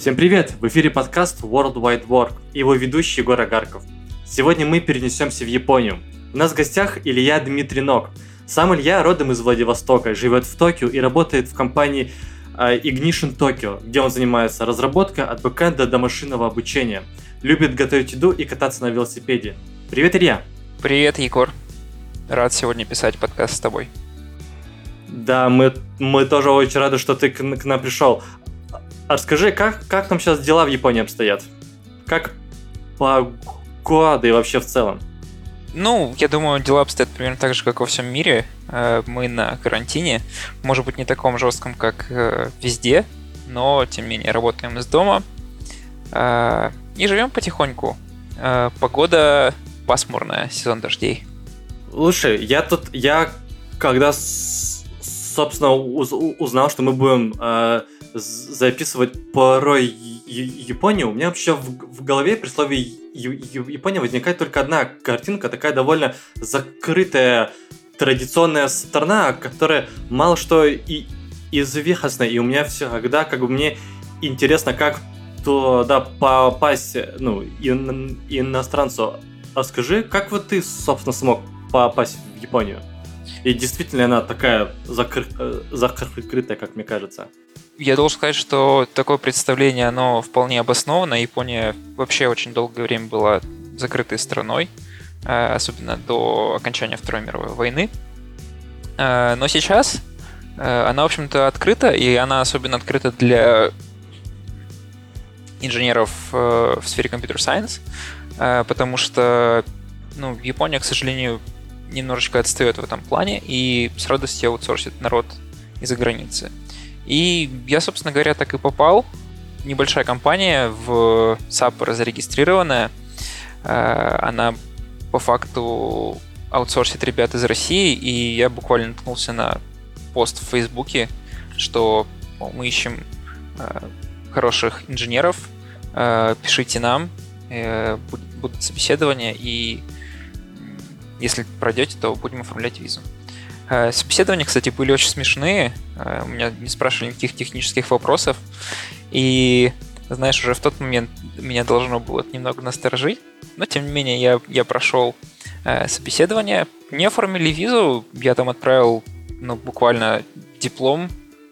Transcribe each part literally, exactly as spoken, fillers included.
Всем привет! В эфире подкаст World Wide Work и его ведущий Егор Агарков. Сегодня мы перенесемся в Японию. У нас в гостях Илья Дмитрий Нок. Сам Илья родом из Владивостока, живет в Токио и работает в компании Ignition Tokyo, где он занимается разработкой от бэкэнда до машинного обучения. Любит готовить еду и кататься на велосипеде. Привет, Илья! Привет, Егор! Рад сегодня писать подкаст с тобой. Да, мы, мы тоже очень рады, что ты к, к нам пришел. А расскажи, как, как там сейчас дела в Японии обстоят? Как погода и вообще в целом? Ну, я думаю, дела обстоят примерно так же, как во всем мире. Мы на карантине, может быть, не таком жестком, как везде, но, тем не менее, работаем из дома и живем потихоньку. Погода пасмурная, сезон дождей. Слушай, я тут, я когда, собственно, узнал, что мы будем э, записывать про Японию, у меня вообще в, в голове при слове Япония возникает только одна картинка, такая довольно закрытая традиционная страна, которая мало что и известна, и у меня всегда как бы мне интересно, как туда попасть, ну, ин, иностранцу. А скажи, как вот ты, собственно, смог попасть в Японию? И действительно она такая закры... закрытая, как мне кажется. Я должен сказать, что такое представление, оно вполне обосновано. Япония вообще очень долгое время была закрытой страной, особенно до окончания Второй мировой войны. Но сейчас она, в общем-то, открыта, и она особенно открыта для инженеров в сфере Computer Science, потому что, ну, Япония, к сожалению, немножечко отстает в этом плане и с радостью аутсорсит народ из-за границы. И я, собственно говоря, так и попал. Небольшая компания в САП зарегистрированная. Она по факту аутсорсит ребят из России, и я буквально наткнулся на пост в Фейсбуке, что мы ищем хороших инженеров, пишите нам, будут собеседования, и если пройдете, то будем оформлять визу. Собеседования, кстати, были очень смешные. У меня не спрашивали никаких технических вопросов. И, знаешь, уже в тот момент меня должно было это немного насторожить. Но, тем не менее, я, я прошел собеседование. Мне оформили визу. Я там отправил, ну, буквально диплом,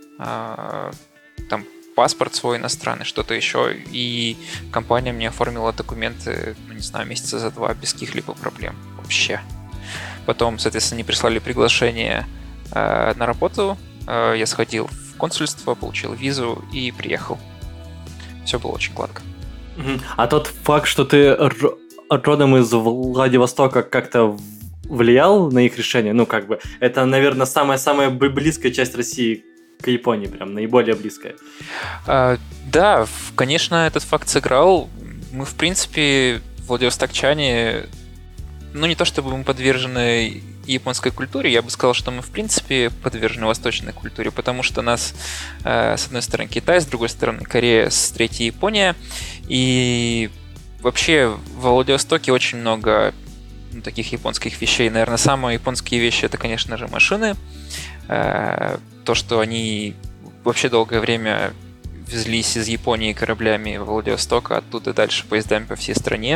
там, паспорт свой иностранный, что-то еще. И компания мне оформила документы, ну, не знаю, месяца за два без каких-либо проблем. Вообще. Потом, соответственно, они прислали приглашение э, на работу. Э, я сходил в консульство, получил визу и приехал. Все было очень гладко. А тот факт, что ты родом из Владивостока, как-то влиял на их решение? Ну, как бы, это, наверное, самая-самая близкая часть России к Японии, прям наиболее близкая. Э, да, конечно, этот факт сыграл. Мы, в принципе, владивостокчане... Ну, не то чтобы мы подвержены японской культуре, я бы сказал, что мы, в принципе, подвержены восточной культуре, потому что нас, э, с одной стороны, Китай, с другой стороны, Корея, с третьей Япония. И вообще в Владивостоке очень много, ну, таких японских вещей. Наверное, самые японские вещи — это, конечно же, машины. Э, то, что они вообще долгое время везлись из Японии кораблями в Владивосток, а оттуда дальше поездами по всей стране.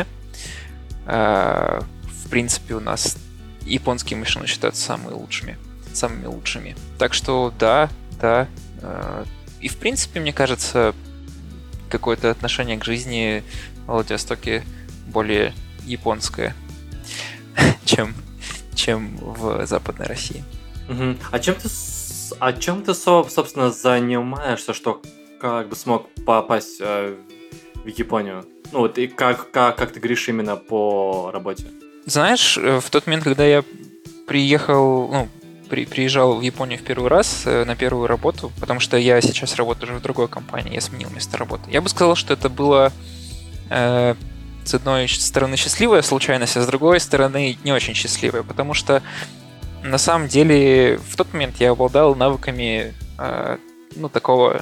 Э, В принципе, у нас японские машины считаются самыми лучшими. Самыми лучшими. Так что да, да. И в принципе, мне кажется, какое-то отношение к жизни в Владивостоке более японское, чем, чем в Западной России. Угу. А чем ты, а чем ты, собственно, занимаешься, что как бы смог попасть в Японию? Ну вот и как, как, как ты говоришь именно по работе? Знаешь, в тот момент, когда я приехал, ну, при, приезжал в Японию в первый раз э, на первую работу, потому что я сейчас работаю уже в другой компании, я сменил место работы, я бы сказал, что это было э, с одной стороны счастливая случайность, а с другой стороны не очень счастливая, потому что на самом деле в тот момент я обладал навыками э, ну, такого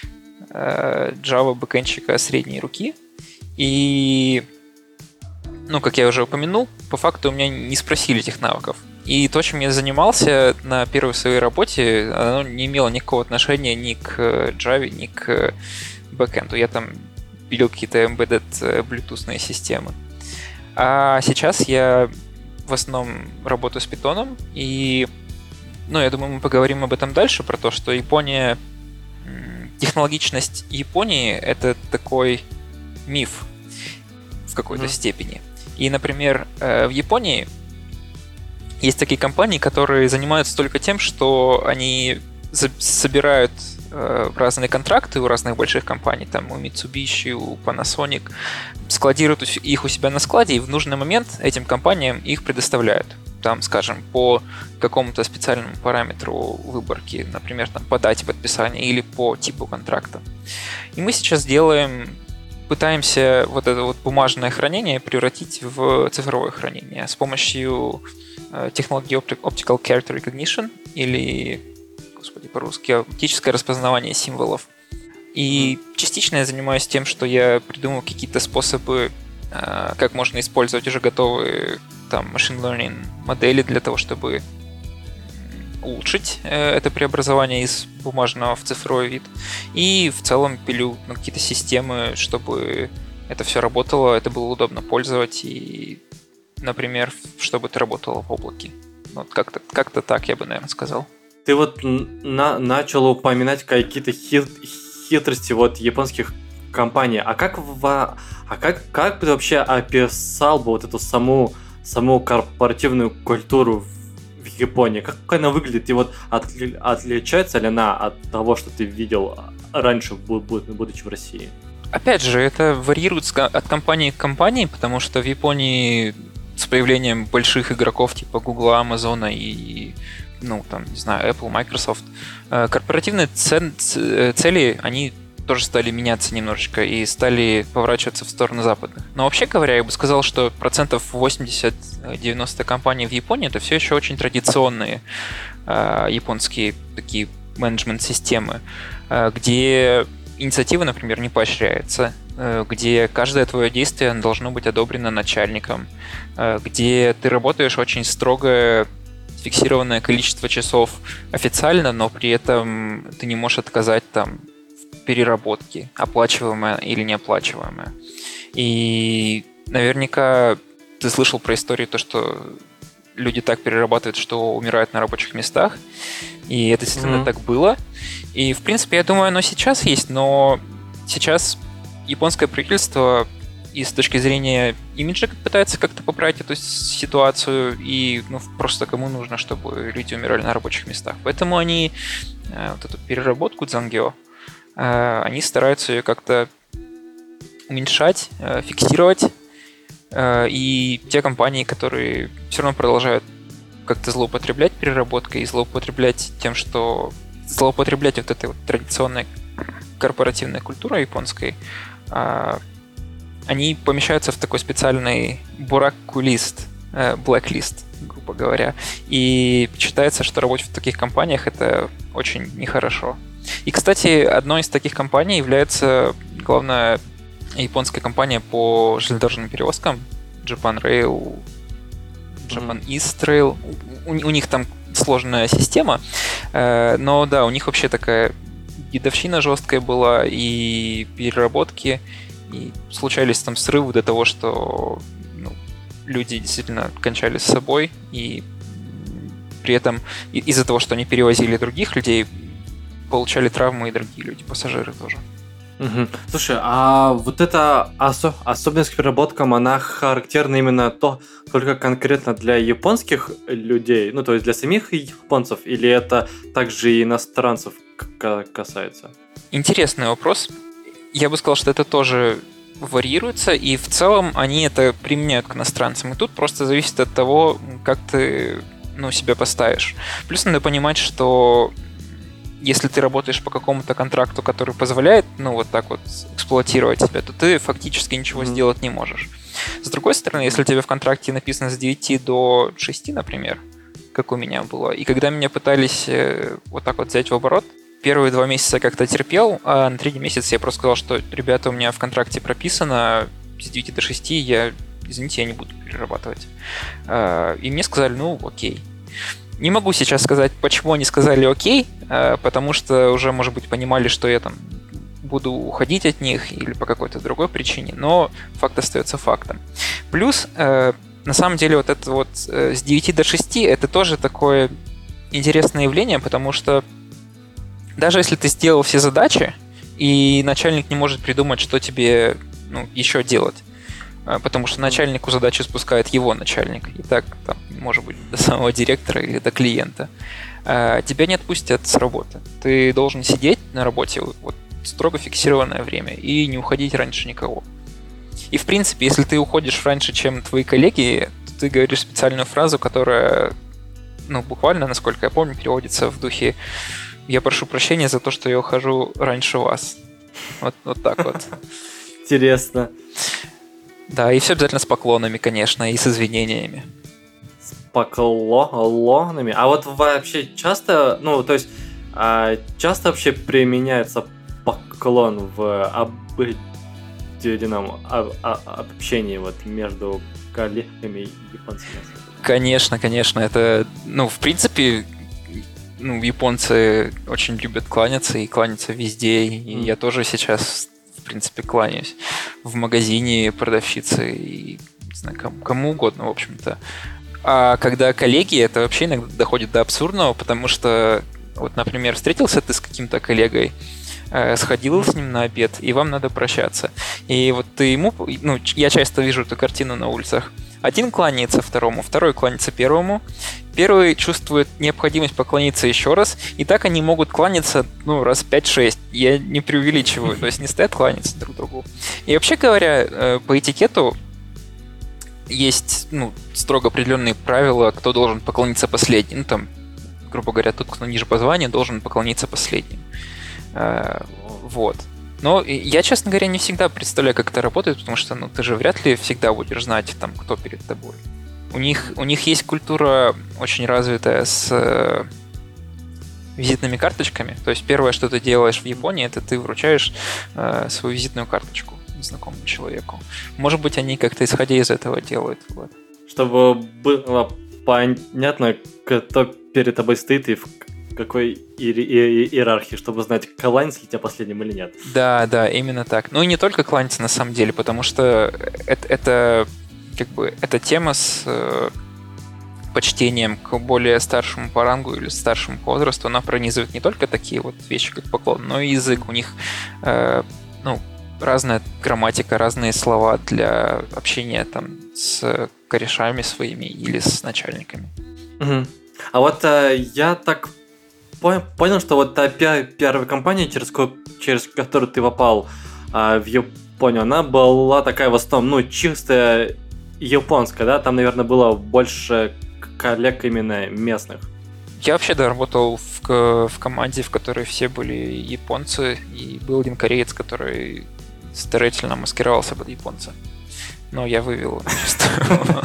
э, Java бэкэндчика средней руки, и ну, как я уже упомянул, по факту у меня не спросили этих навыков. И то, чем я занимался на первой своей работе, оно не имело никакого отношения ни к Java, ни к бэкэнду. Я там пилил какие-то embedded Bluetooth системы. А сейчас я в основном работаю с Python, и, ну, я думаю, мы поговорим об этом дальше, про то, что Япония, технологичность Японии — это такой миф в какой-то mm-hmm. степени. И, например, в Японии есть такие компании, которые занимаются только тем, что они за- собирают э, разные контракты у разных больших компаний, там у Mitsubishi, у Panasonic, складируют их у себя на складе, и в нужный момент этим компаниям их предоставляют. Там, скажем, по какому-то специальному параметру выборки, например, там, по дате подписания или по типу контракта. И мы сейчас делаем, пытаемся вот это вот бумажное хранение превратить в цифровое хранение с помощью э, технологии Optical Character Recognition или, господи, по-русски, оптическое распознавание символов. И частично я занимаюсь тем, что я придумал какие-то способы, э, как можно использовать уже готовые там machine learning модели для того, чтобы улучшить э, это преобразование из бумажного в цифровой вид. И в целом пилю ну, какие-то системы, чтобы это все работало, это было удобно пользовать и, например, чтобы это работало в облаке. Вот как-то, как-то так я бы, наверное, сказал. Ты вот на- начал упоминать какие-то хит- хитрости вот японских компаний. А как, в, а как, как бы ты вообще описал бы вот эту саму саму корпоративную культуру в Японии? Как она выглядит? И вот отли- отличается ли она от того, что ты видел раньше, будучи в России? Опять же, это варьирует от компании к компании, потому что в Японии с появлением больших игроков типа Google, Amazon и, ну, там, не знаю, Apple, Microsoft, корпоративные цели, они тоже стали меняться немножечко и стали поворачиваться в сторону западных. Но вообще говоря, я бы сказал, что процентов восемьдесят-девяносто компаний в Японии — это все еще очень традиционные э, японские такие менеджмент-системы, э, где инициатива, например, не поощряется, э, где каждое твое действие должно быть одобрено начальником, э, где ты работаешь очень строго фиксированное количество часов официально, но при этом ты не можешь отказать там переработки, оплачиваемая или неоплачиваемая. И наверняка ты слышал про историю, то, что люди так перерабатывают, что умирают на рабочих местах. И это действительно mm-hmm. так было. И, в принципе, я думаю, оно сейчас есть, но сейчас японское правительство и с точки зрения имиджа пытается как-то поправить эту ситуацию, и ну, просто кому нужно, чтобы люди умирали на рабочих местах. Поэтому они э, вот эту переработку дзангё, они стараются ее как-то уменьшать, фиксировать. И те компании, которые все равно продолжают как-то злоупотреблять переработкой и злоупотреблять тем, что злоупотреблять вот этой вот традиционной корпоративной культурой японской, они помещаются в такой специальный бураку-лист, blacklist, грубо говоря. И считается, что работать в таких компаниях — это очень нехорошо. И, кстати, одной из таких компаний является главная японская компания по железнодорожным перевозкам Japan Rail, Japan East Rail. У, у них там сложная система, но да, у них вообще такая дедовщина жесткая была, и переработки, и случались там срывы до того, что ну, люди действительно кончали с собой, и при этом из-за того, что они перевозили других людей, получали травмы и другие люди, пассажиры тоже. Угу. Слушай, а вот эта осо- особенность к переработкам, она характерна именно то, только конкретно для японских людей, ну то есть для самих японцев, или это также и иностранцев к- касается? Интересный вопрос. Я бы сказал, что это тоже варьируется, и в целом они это применяют к иностранцам. И тут просто зависит от того, как ты ну, себя поставишь. Плюс надо понимать, что если ты работаешь по какому-то контракту, который позволяет, ну, вот так вот эксплуатировать тебя, то ты фактически ничего mm-hmm. сделать не можешь. С другой стороны, если у тебя в контракте написано с девяти до шести, например, как у меня было, и когда меня пытались вот так вот взять в оборот, первые два месяца я как-то терпел, а на третий месяц я просто сказал, что, ребята, у меня в контракте прописано с девяти до шести, я, извините, я не буду перерабатывать. И мне сказали, ну, окей. Не могу сейчас сказать, почему они сказали окей, потому что уже, может быть, понимали, что я там буду уходить от них или по какой-то другой причине, но факт остается фактом. Плюс, э, на самом деле, вот это вот э, с девяти до шести это тоже такое интересное явление, потому что даже если ты сделал все задачи, и начальник не может придумать, что тебе ну, еще делать, потому что начальнику задачу спускает его начальник, и так, там, может быть, до самого директора или до клиента, тебя не отпустят с работы. Ты должен сидеть на работе вот, строго фиксированное время и не уходить раньше никого. И, в принципе, если ты уходишь раньше, чем твои коллеги, то ты говоришь специальную фразу, которая, ну, буквально, насколько я помню, переводится в духе «Я прошу прощения за то, что я ухожу раньше вас». Вот, вот так вот. Интересно. Да, и все обязательно с поклонами, конечно, и с извинениями. С поклонами? А вот вообще часто, ну, то есть, часто вообще применяется поклон в обыденном общении вот между коллегами и японцами? Конечно, конечно, это, ну, в принципе, ну, японцы очень любят кланяться и кланяться везде, и mm. я тоже сейчас, в принципе, кланяюсь в магазине продавщице и, не знаю, кому, кому угодно, в общем-то. А когда коллеги, это вообще иногда доходит до абсурдного, потому что, вот, например, встретился ты с каким-то коллегой, сходил с ним на обед, и вам надо прощаться. И вот ты ему, ну, я часто вижу эту картину на улицах. Один кланяется второму, второй кланяется первому, первый чувствует необходимость поклониться еще раз, и так они могут кланяться, ну, раз пять-шесть. Я не преувеличиваю, то есть не стоят кланяться друг другу. И вообще говоря, по этикету есть, ну, строго определенные правила, кто должен поклониться последним. Ну, там, грубо говоря, тот, кто ниже по званию, должен поклониться последним. Вот. Но я, честно говоря, не всегда представляю, как это работает, потому что, ну, ты же вряд ли всегда будешь знать, там, кто перед тобой. У них, у них есть культура очень развитая с э, визитными карточками. То есть первое, что ты делаешь в Японии, это ты вручаешь э, свою визитную карточку незнакомому человеку. Может быть, они как-то исходя из этого делают. Вот. Чтобы было понятно, кто перед тобой стоит и в какой иерархии, чтобы знать, кланяться ли тебя последним или нет. Да, да, именно так. Ну и не только кланяться на самом деле, потому что это, это как бы эта тема с э, почтением к более старшему по рангу или старшему по возрасту, она пронизывает не только такие вот вещи, как поклон, но и язык. У них э, ну, разная грамматика, разные слова для общения там с корешами своими или с начальниками. Угу. А вот э, я так понял, что вот та первая компания, через, через которую ты попал а, в Японию, она была такая в основном, ну, чистая японская, да? Там, наверное, было больше коллег именно местных. Я вообще, да, работал в, в команде, в которой все были японцы, и был один кореец, который старательно маскировался под японца. Но я вывел его.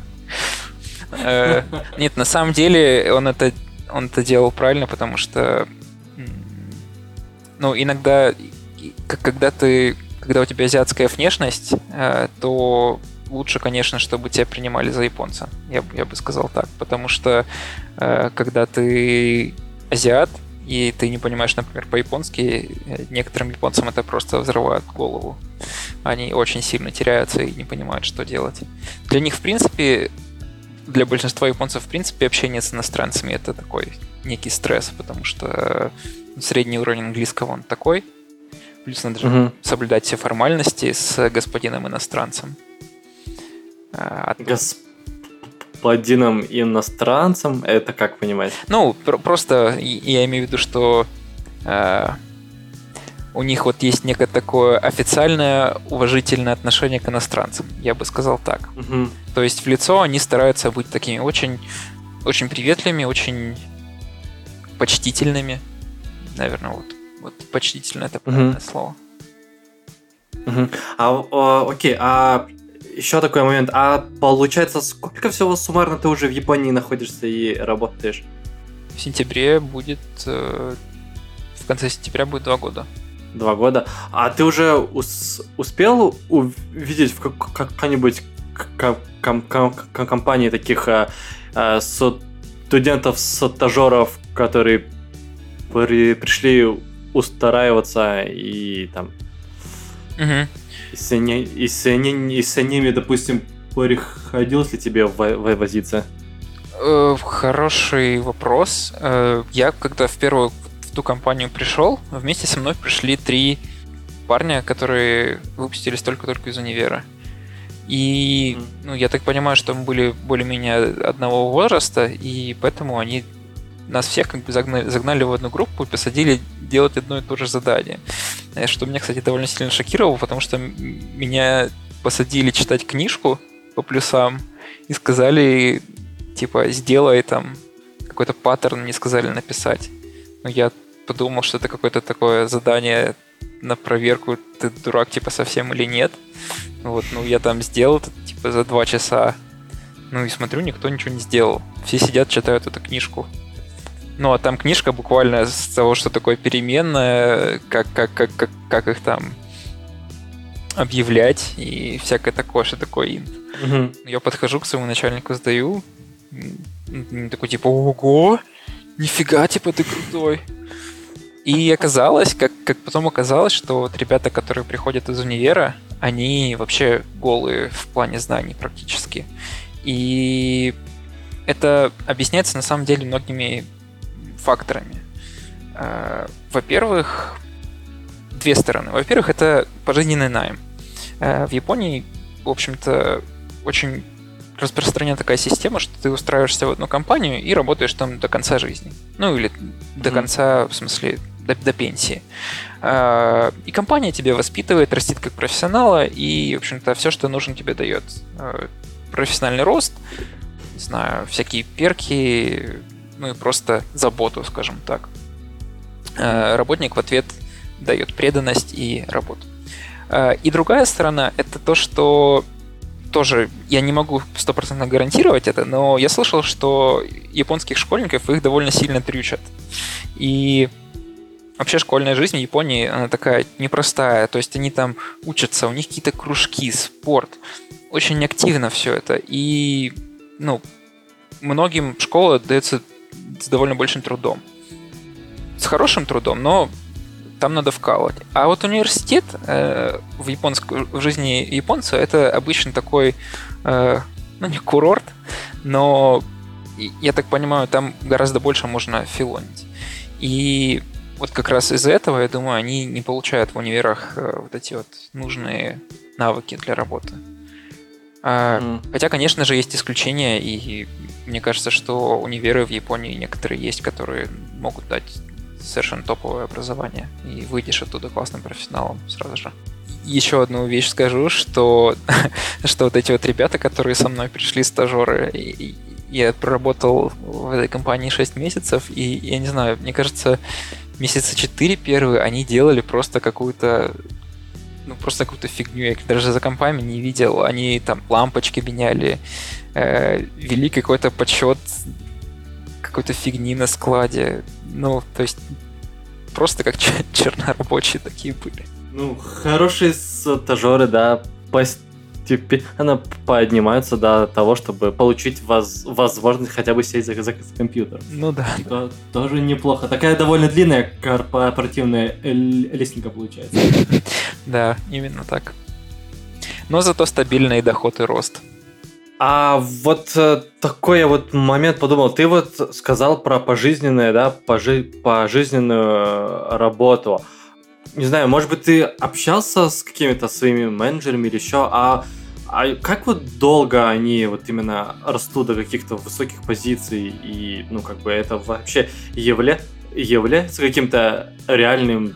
Нет, на самом деле он это Он это делал правильно, потому что, ну, иногда, когда ты, когда у тебя азиатская внешность, то лучше, конечно, чтобы тебя принимали за японца. Я, я бы сказал так, потому что когда ты азиат и ты не понимаешь, например, по-японски, некоторым японцам это просто взрывает голову. Они очень сильно теряются и не понимают, что делать. Для них, в принципе, для большинства японцев, в принципе, общение с иностранцами — это такой некий стресс, потому что средний уровень английского он такой. Плюс надо же uh-huh. соблюдать все формальности с господином иностранцем. А, Господином иностранцем? Это как понимать? Ну, пр- просто я имею в виду, что э, у них вот есть некое такое официальное уважительное отношение к иностранцам. Я бы сказал так. Uh-huh. То есть в лицо они стараются быть такими очень, очень приветливыми, очень почтительными. Наверное, вот, вот почтительно это правильное uh-huh. слово. Uh-huh. А, о, окей, а еще такой момент. А получается, сколько всего суммарно ты уже в Японии находишься и работаешь? В сентябре будет... Э, в конце сентября будет два года. Два года. А ты уже ус- успел увидеть в как- какой-нибудь к- ком- ком- компании таких э, э, студентов-стажеров, которые при- пришли устраиваться и там... Угу. И с, не, и, с, не, и с ними, допустим, приходилось ли тебе возиться? Э, хороший вопрос. Э, я когда в первую в ту компанию пришел, вместе со мной пришли три парня, которые выпустились только-только из универа. И, ну, я так понимаю, что мы были более-менее одного возраста, и поэтому они нас всех как бы загнали, загнали в одну группу и посадили делать одно и то же задание. Что меня, кстати, довольно сильно шокировало, потому что меня посадили читать книжку по плюсам и сказали, типа, сделай там какой-то паттерн, мне сказали написать. Но я подумал, что это какое-то такое задание на проверку, ты дурак, типа, совсем или нет. Вот, ну, я там сделал это, типа, за два часа. Ну, и смотрю, никто ничего не сделал. Все сидят, читают эту книжку. Ну, а там книжка буквально с того, что такое переменная, как, как, как, как, как их там объявлять и всякое такое, что такое int. Угу. Я подхожу к своему начальнику, сдаю, такой типа, ого, нифига, типа, ты крутой. И оказалось, как, как потом оказалось, что вот ребята, которые приходят из универа, они вообще голые в плане знаний практически. И это объясняется на самом деле многими факторами. Во-первых, две стороны. Во-первых, это пожизненный найм. В Японии, в общем-то, очень распространена такая система, что ты устраиваешься в одну компанию и работаешь там до конца жизни. Ну, или mm-hmm. до конца, в смысле, до, до пенсии. И компания тебя воспитывает, растит как профессионала, и, в общем-то, все, что нужно, тебе дает. Профессиональный рост, не знаю, всякие перки, ну и просто заботу, скажем так. Работник в ответ дает преданность и работу. И другая сторона — это то, что тоже я не могу стопроцентно гарантировать это, но я слышал, что японских школьников их довольно сильно трючат. И вообще школьная жизнь в Японии, она такая непростая. То есть они там учатся, у них какие-то кружки, спорт. Очень активно все это. И, ну, многим школа дается с довольно большим трудом. С хорошим трудом, но там надо вкалывать. А вот университет э, в, японск... в жизни японца — это обычно такой, э, ну, не курорт, но, я так понимаю, там гораздо больше можно филонить. И вот как раз из-за этого, я думаю, они не получают в универах э, вот эти вот нужные навыки для работы. А, mm. Хотя, конечно же, есть исключения, и мне кажется, что универы в Японии некоторые есть, которые могут дать совершенно топовое образование, и выйдешь оттуда классным профессионалом сразу же. Еще одну вещь скажу, что, что вот эти вот ребята, которые со мной пришли, стажеры, я проработал в этой компании шесть месяцев, и я не знаю, мне кажется, месяца четыре первые они делали просто какую-то ну, просто какую-то фигню. Я даже за компами не видел. Они там лампочки меняли, э, вели какой-то подсчет какой-то фигни на складе. Ну, то есть просто как чернорабочие такие были. Ну, хорошие стажеры, да, постепенно поднимаются до того, чтобы получить воз- возможность хотя бы сесть за, за компьютер. Ну да. Это тоже неплохо. Такая довольно длинная корпоративная лестница получается. Да, именно так. Но зато стабильный доход и рост. А вот э, такой вот момент подумал. Ты вот сказал про пожизненное, да, пожи- пожизненную работу. Не знаю, может быть, ты общался с какими-то своими менеджерами или еще, а, а как вот долго они вот именно растут до каких-то высоких позиций, и, ну, как бы это вообще явля... является каким-то реальным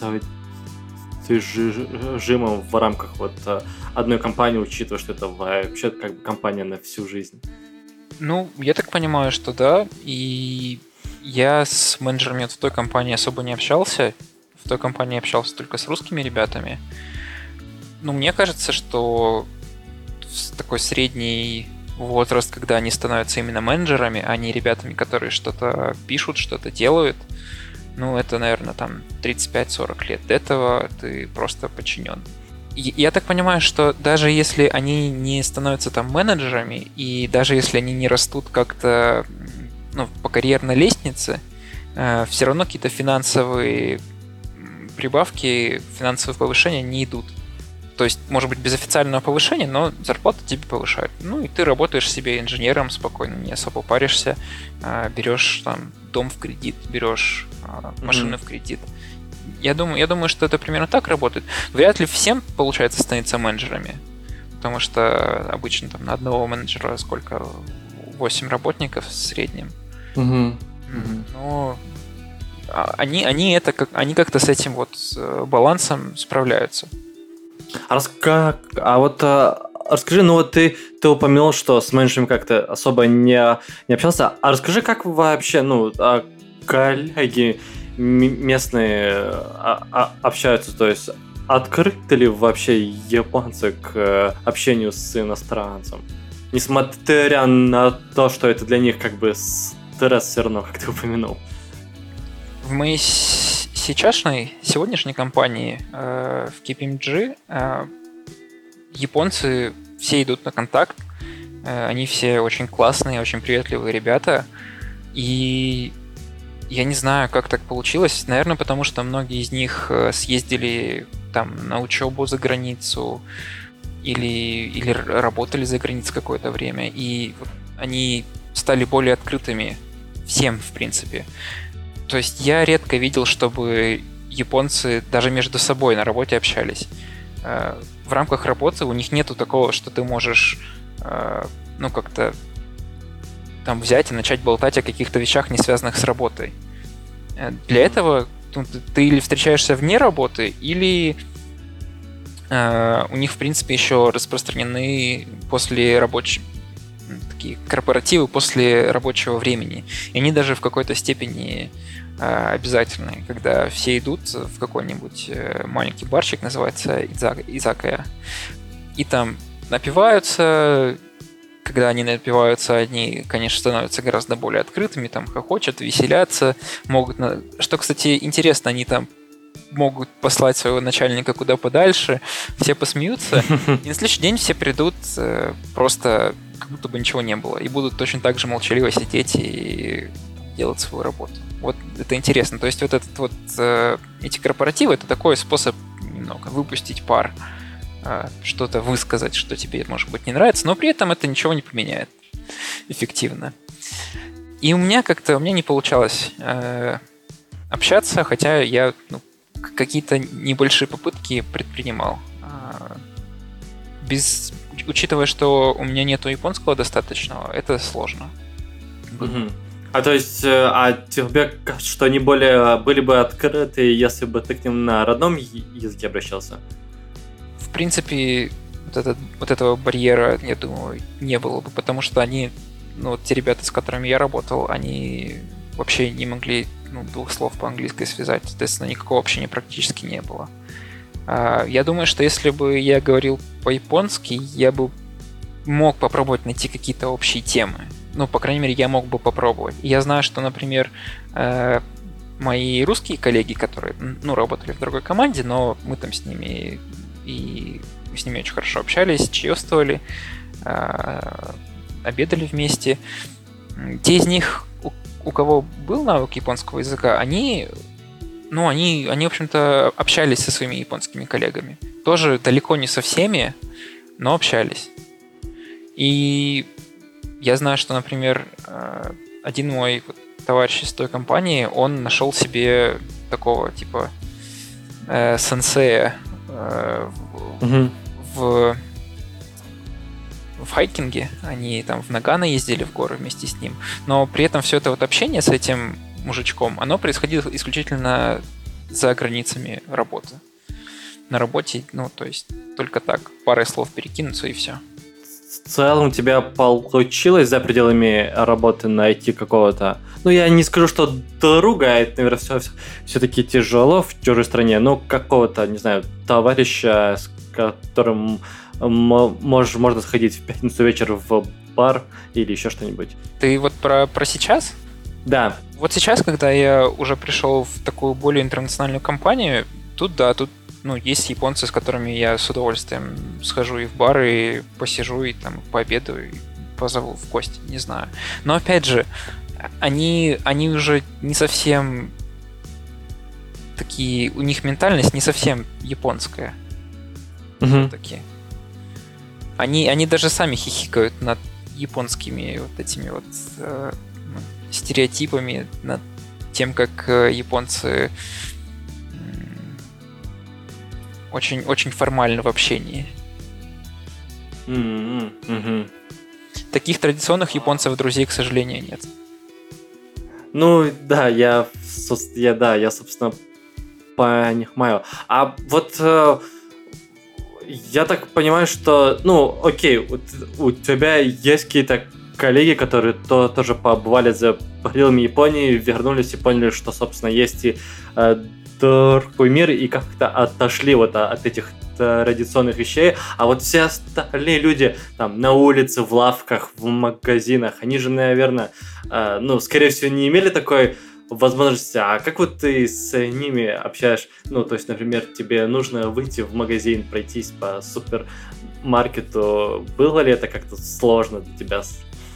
достижимом в рамках вот одной компании, учитывая, что это вообще как бы компания на всю жизнь? Ну, я так понимаю, что да, и я с менеджерами в той компании особо не общался. В той компании общался только с русскими ребятами. Ну, мне кажется, что такой средний возраст, когда они становятся именно менеджерами, а не ребятами, которые что-то пишут, что-то делают, ну, это, наверное, там тридцать пять сорок лет. До этого ты просто подчинен. И я так понимаю, что даже если они не становятся там менеджерами, и даже если они не растут как-то, ну, по карьерной лестнице, э, все равно какие-то финансовые прибавки, финансовые повышения не идут. То есть, может быть, без официального повышения, но зарплату тебе повышают. Ну и ты работаешь себе инженером спокойно, не особо паришься, берешь там дом в кредит, берешь машину mm-hmm. в кредит. Я думаю, я думаю, что это примерно так работает. Вряд ли всем получается становиться менеджерами, потому что обычно там на одного менеджера сколько? восемь работников в среднем. Mm-hmm. Но они, они, это, как, они как-то с этим вот балансом справляются. А, раска... а вот а, расскажи, ну вот ты, ты упомянул, что с менеджерами как-то особо не, не общался. А расскажи, как вообще, ну, а коллеги местные а, а, общаются, то есть открыты ли вообще японцы к общению с иностранцем? Несмотря на то, что это для них как бы стресс все равно, как ты упомянул. В моей сейчасшней, сегодняшней компании э, в кей пи эм джи э, японцы все идут на контакт. Э, они все очень классные, очень приветливые ребята. И я не знаю, как так получилось. Наверное, потому что многие из них съездили там на учебу за границу или, или работали за границей какое-то время. И вот они стали более открытыми всем, в принципе. То есть я редко видел, чтобы японцы даже между собой на работе общались. В рамках работы у них нету такого, что ты можешь, ну, как-то там взять и начать болтать о каких-то вещах, не связанных с работой. Для этого ну, ты или встречаешься вне работы, или э, у них, в принципе, еще распространены после рабочего такие корпоративы после рабочего времени. И они даже в какой-то степени э, обязательны, когда все идут в какой-нибудь э, маленький барчик, называется изакая, и там напиваются. Когда они напиваются, они, конечно, становятся гораздо более открытыми, там хохочут, веселятся, могут... На... Что, кстати, интересно, они там могут послать своего начальника куда подальше, все посмеются, и на следующий день все придут просто как будто бы ничего не было, и будут точно так же молчаливо сидеть и делать свою работу. Вот это интересно. То есть вот этот вот эти корпоративы — это такой способ немного выпустить пар, что-то высказать, что тебе, может быть, не нравится, но при этом это ничего не поменяет эффективно. И у меня как-то, у меня не получалось э, общаться, хотя я ну, какие-то небольшие попытки предпринимал. Э, без, учитывая, что у меня нету японского достаточного, это сложно. Mm-hmm. А то есть, а тебе кажется, что они более были бы открыты, если бы ты к ним на родном языке обращался? В принципе, вот, этот, вот этого барьера, я думаю, не было бы, потому что они, ну, вот те ребята, с которыми я работал, они вообще не могли ну, двух слов по-английски связать, соответственно, никакого общения практически не было. А, я думаю, что если бы я говорил по-японски, я бы мог попробовать найти какие-то общие темы. Ну, по крайней мере, я мог бы попробовать. И я знаю, что, например, э, мои русские коллеги, которые, ну, работали в другой команде, но мы там с ними и мы с ними очень хорошо общались, чаевствовали, э, обедали вместе. Те из них, у, у кого был навык японского языка, они, ну, они, они, в общем-то, общались со своими японскими коллегами. Тоже далеко не со всеми, но общались. И я знаю, что, например, один мой товарищ из той компании, он нашел себе такого, типа, э, сенсея э, угу. в, в хайкинге. Они там в Нагано ездили в горы вместе с ним. Но при этом все это вот общение с этим мужичком, оно происходило исключительно за границами работы. На работе, ну, то есть только так, парой слов перекинуться и все. В целом у тебя получилось за пределами работы найти какого-то... Ну, я не скажу, что друга, это, наверное, все, все-таки тяжело в чужой стране, но какого-то, не знаю, товарища, с которым мож, можно сходить в пятницу вечер в бар или еще что-нибудь. Ты вот про, про сейчас? Да. Вот сейчас, когда я уже пришел в такую более интернациональную компанию, тут, да, тут ну, есть японцы, с которыми я с удовольствием схожу и в бар, и посижу, и там пообедаю, и позову в гости, не знаю. Но опять же, они, они уже не совсем такие, у них ментальность не совсем японская. Угу. Такие. Они, они даже сами хихикают над японскими вот этими вот э, стереотипами, над тем, как э, японцы очень, очень формально в общении. Mm-hmm. Mm-hmm. Таких традиционных японцев друзей, к сожалению, нет. Ну, да, я, я, да, я, собственно, понимаю. А вот э, я так понимаю, что, ну, окей, у, у тебя есть какие-то коллеги, которые то, тоже побывали за пределами Японии, вернулись и поняли, что, собственно, есть и э, другой мир, и как-то отошли вот от этих традиционных вещей, а вот все остальные люди там на улице, в лавках, в магазинах, они же, наверное, э, ну, скорее всего, не имели такой возможности. А как вот ты с ними общаешь? Ну, то есть, например, тебе нужно выйти в магазин, пройтись по супермаркету. Было ли это как-то сложно для тебя?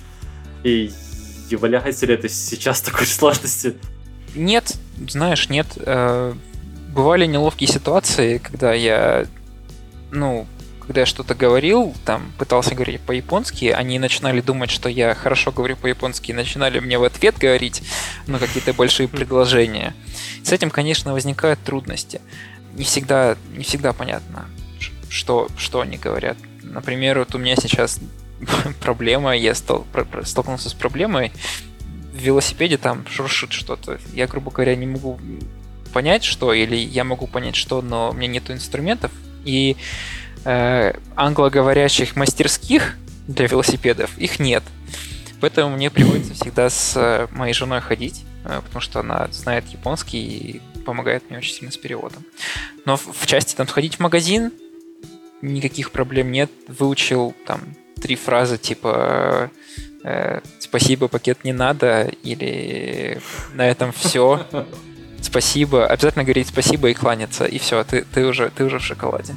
И является ли это сейчас такой сложности? Нет, знаешь, нет. Бывали неловкие ситуации, когда я, ну, когда я что-то говорил, там, пытался говорить по-японски, они начинали думать, что я хорошо говорю по-японски, и начинали мне в ответ говорить, ну, какие-то большие предложения. С этим, конечно, возникают трудности. Не всегда, не всегда понятно, что, что они говорят. Например, вот у меня сейчас проблема, я стал, столкнулся с проблемой, в велосипеде там шуршит что-то. Я, грубо говоря, не могу понять, что, или я могу понять, что, но у меня нету инструментов. И э, англоговорящих мастерских для велосипедов их нет. Поэтому мне приходится всегда с моей женой ходить, э, потому что она знает японский и помогает мне очень сильно с переводом. Но в, в части там сходить в магазин никаких проблем нет. Выучил там три фразы типа э, «спасибо, пакет не надо» или «на этом все». Спасибо. Обязательно говорить спасибо и кланяться, и все, ты, ты, уже, ты уже в шоколаде.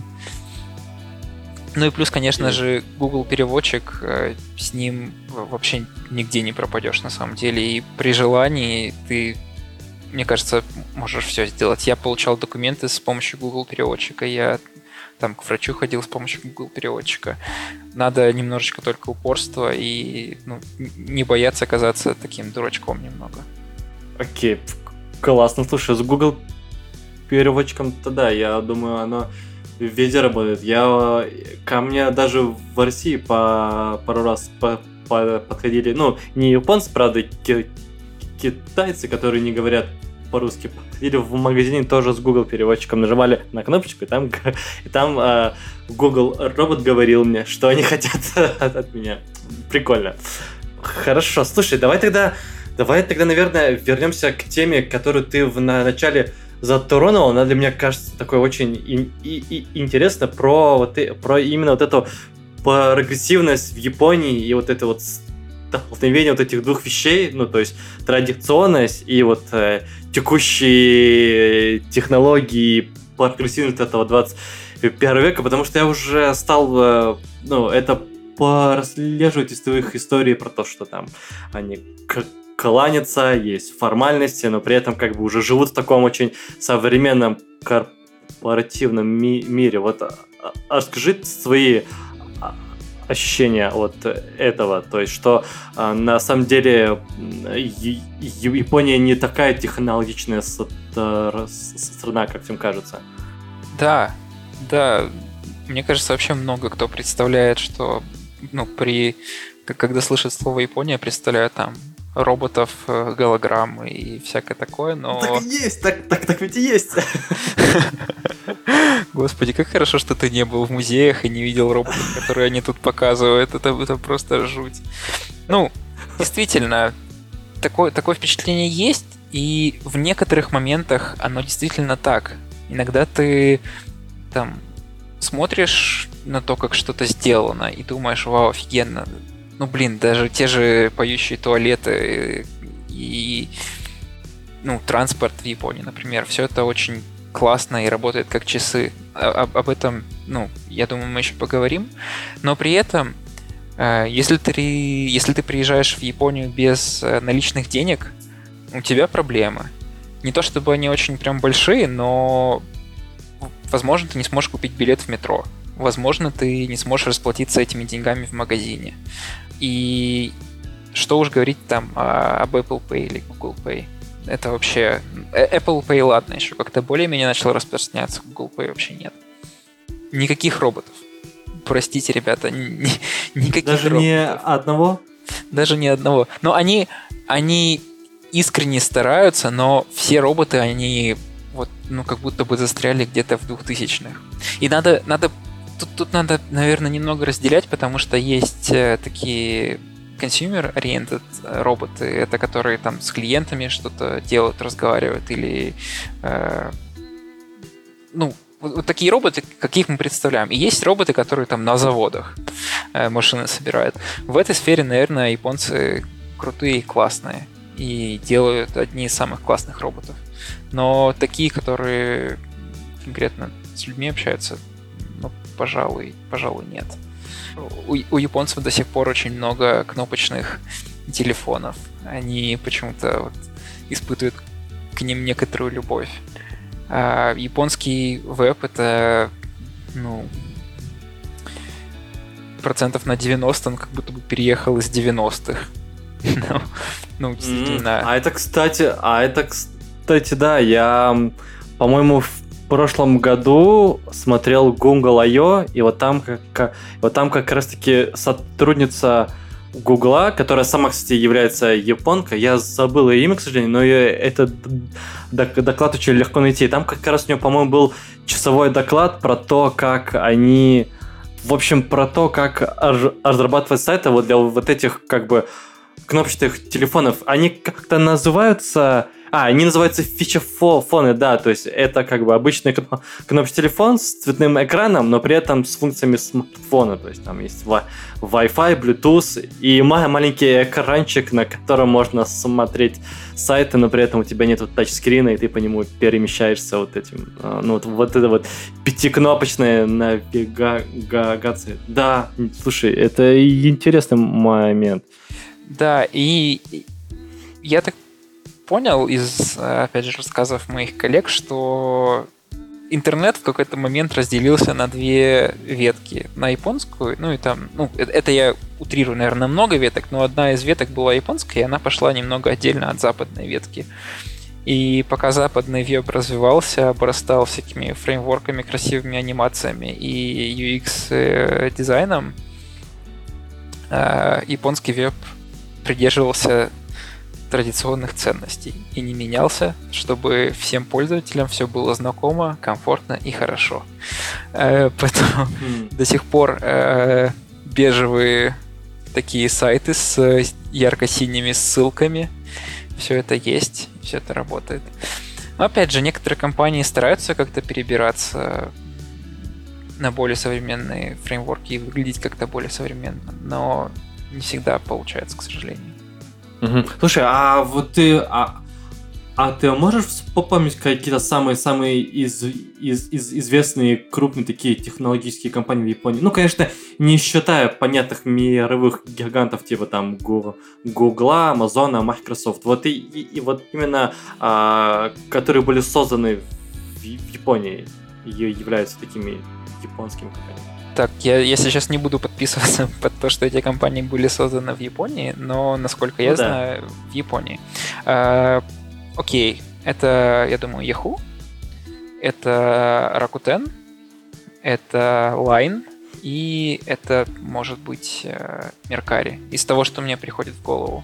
Ну и плюс, конечно же, Google переводчик, с ним вообще нигде не пропадешь на самом деле. И при желании ты, мне кажется, можешь все сделать. Я получал документы с помощью Google переводчика, я там к врачу ходил с помощью Google переводчика. Надо немножечко только упорства и ну, не бояться оказаться таким дурачком немного. Окей. Okay. Классно, слушай, с Google переводчиком-то да, я думаю, оно везде работает. Я, ко мне даже в России по пару раз по, по, подходили, ну, не японцы, правда, ки, китайцы, которые не говорят по-русски, подходили в магазине тоже с Google переводчиком, нажимали на кнопочку, и там, и там э, Google робот говорил мне, что они хотят от, от меня. Прикольно. Хорошо, слушай, давай тогда... Давай тогда, наверное, вернемся к теме, которую ты в начале затронул. Она для меня кажется такой очень и, и, и интересно про, вот, про именно вот эту прогрессивность в Японии и вот это вот столкновение вот этих двух вещей, ну, то есть традиционность и вот э, текущие технологии прогрессивность этого двадцать первого века, потому что я уже стал, э, ну, это прослеживать из твоих историй про то, что там они кланяться, есть формальности, но при этом как бы уже живут в таком очень современном корпоративном ми- мире. Вот а, а скажи свои ощущения от этого, то есть что а, на самом деле Е- Япония не такая технологичная страна, как всем кажется. Да, да, мне кажется, вообще много кто представляет, что ну при когда слышат слово Япония, представляют там роботов, голограммы и всякое такое, но... Так и есть, так, так, так ведь и есть. Господи, как хорошо, что ты не был в музеях и не видел роботов, которые они тут показывают. Это, это просто жуть. Ну, действительно, такое, такое впечатление есть, и в некоторых моментах оно действительно так. Иногда ты там смотришь на то, как что-то сделано, и думаешь, вау, офигенно. Ну, блин, даже те же поющие туалеты и, ну, транспорт в Японии, например, все это очень классно и работает как часы. Об, об этом, ну, я думаю, мы еще поговорим. Но при этом, если ты, если ты приезжаешь в Японию без наличных денег, у тебя проблемы. Не то чтобы они очень прям большие, но, возможно, ты не сможешь купить билет в метро. Возможно, ты не сможешь расплатиться этими деньгами в магазине. И что уж говорить там об Apple Pay или Google Pay. Это вообще... Apple Pay, ладно, еще как-то более-менее начал распространяться. Google Pay вообще нет. Никаких роботов. Простите, ребята, ни, никаких Даже роботов. не одного? Даже ни одного. Но они, они искренне стараются, но все роботы, они вот, ну, как будто бы застряли где-то в двухтысячных. И надо... надо тут, тут надо, наверное, немного разделять, потому что есть э, такие... consumer-oriented роботы, это которые там с клиентами что-то делают, разговаривают, или э, ну, вот, вот такие роботы, каких мы представляем. И есть роботы, которые там на заводах э, машины собирают. В этой сфере, наверное, японцы крутые и классные, и делают одни из самых классных роботов. Но такие, которые конкретно с людьми общаются, ну, пожалуй, пожалуй, нет. У, у японцев до сих пор очень много кнопочных телефонов. Они почему-то вот испытывают к ним некоторую любовь. А японский веб — это, ну, процентов на девяносто он как будто бы переехал из девяностых. ну, ну, действительно. А это, кстати, а это, кстати, да, я, по-моему, в В прошлом году смотрел Google ай о, и вот там как, вот там как раз-таки сотрудница Гугла, которая сама, кстати, является японкой, я забыл ее имя, к сожалению, но этот доклад очень легко найти. Там как раз у нее, по-моему, был часовой доклад про то, как они... В общем, про то, как разрабатывать сайты вот для вот этих как бы кнопочных телефонов. Они как-то называются... А, они называются фичефоны, да, то есть это как бы обычный кнопочный телефон с цветным экраном, но при этом с функциями смартфона, то есть там есть Wi-Fi, Bluetooth и маленький экранчик, на котором можно смотреть сайты, но при этом у тебя нет вот тачскрина, и ты по нему перемещаешься вот этим, ну вот, вот это вот пятикнопочная навигация. Да, слушай, это интересный момент. Да, и я так понял из, опять же, рассказов моих коллег, что интернет в какой-то момент разделился на две ветки. На японскую, ну и там, ну, это я утрирую, наверное, много веток, но одна из веток была японская, и она пошла немного отдельно от западной ветки. И пока западный веб развивался, обрастал всякими фреймворками, красивыми анимациями и ю экс-дизайном, японский веб придерживался традиционных ценностей и не менялся, чтобы всем пользователям все было знакомо, комфортно и хорошо. Поэтому mm. до сих пор э, бежевые такие сайты с ярко-синими ссылками, все это есть, все это работает. Но опять же, некоторые компании стараются как-то перебираться на более современные фреймворки и выглядеть как-то более современно, но не всегда получается, к сожалению. Угу. Слушай, а вот ты, а, а ты можешь вспомнить какие-то самые-самые из, из, из, известные крупные такие технологические компании в Японии? Ну, конечно, не считая понятных мировых гигантов типа там Google, Amazon, Microsoft. Вот и, и, и вот именно, а, которые были созданы в, в Японии, являются такими японскими компаниями. Так, я, я сейчас не буду подписываться под то, что эти компании были созданы в Японии, но, насколько я ну, знаю, да. в Японии. А, окей, это, я думаю, Yahoo, это Rakuten, это Line и это, может быть, Mercari. Из того, что мне приходит в голову.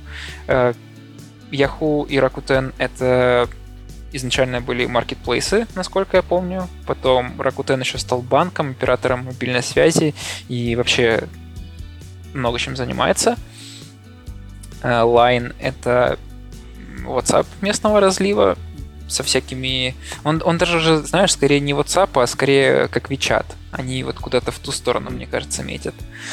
Yahoo и Rakuten — это... изначально были маркетплейсы, насколько я помню. Потом Rakuten еще стал банком, оператором мобильной связи и вообще много чем занимается. Line — это WhatsApp местного разлива со всякими... Он, он даже уже, знаешь, скорее не WhatsApp, а скорее как WeChat. Они вот куда-то в ту сторону, мне кажется, метят.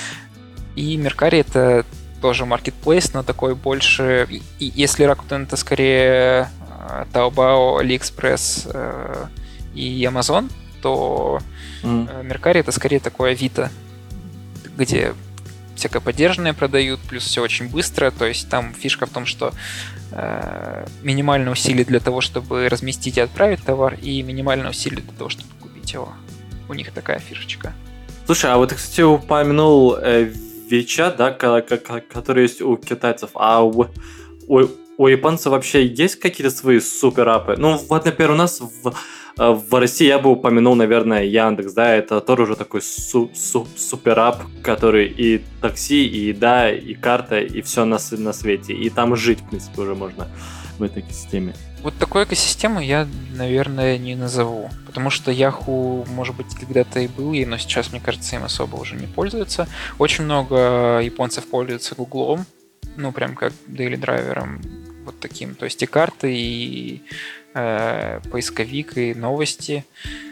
И Mercari — это тоже маркетплейс, но такой больше... И если Rakuten — это скорее Taobao, AliExpress э, и Amazon, то mm. Mercari — это скорее такое Авито, где всякое подержанное продают, плюс все очень быстро. То есть там фишка в том, что э, минимальное усилие для того, чтобы разместить и отправить товар, и минимальное усилие для того, чтобы купить его. У них такая фишечка. Слушай, а вот ты, кстати, упомянул э, WeChat, да, который есть у китайцев, а у, у, у японцев вообще есть какие-то свои суперапы? Ну, вот, например, у нас в, в России я бы упомянул, наверное, Яндекс, да, это тоже уже такой су- су- суперап, который и такси, и еда, и карта, и все на, на свете, и там жить, в принципе, уже можно в этой экосистеме. Вот такой экосистему я, наверное, не назову, потому что Yahoo, может быть, когда-то и был, но сейчас, мне кажется, им особо уже не пользуются. Очень много японцев пользуются Гуглом, ну, прям как Daily Driver'ом, вот таким. То есть и карты, и э, поисковик, и новости.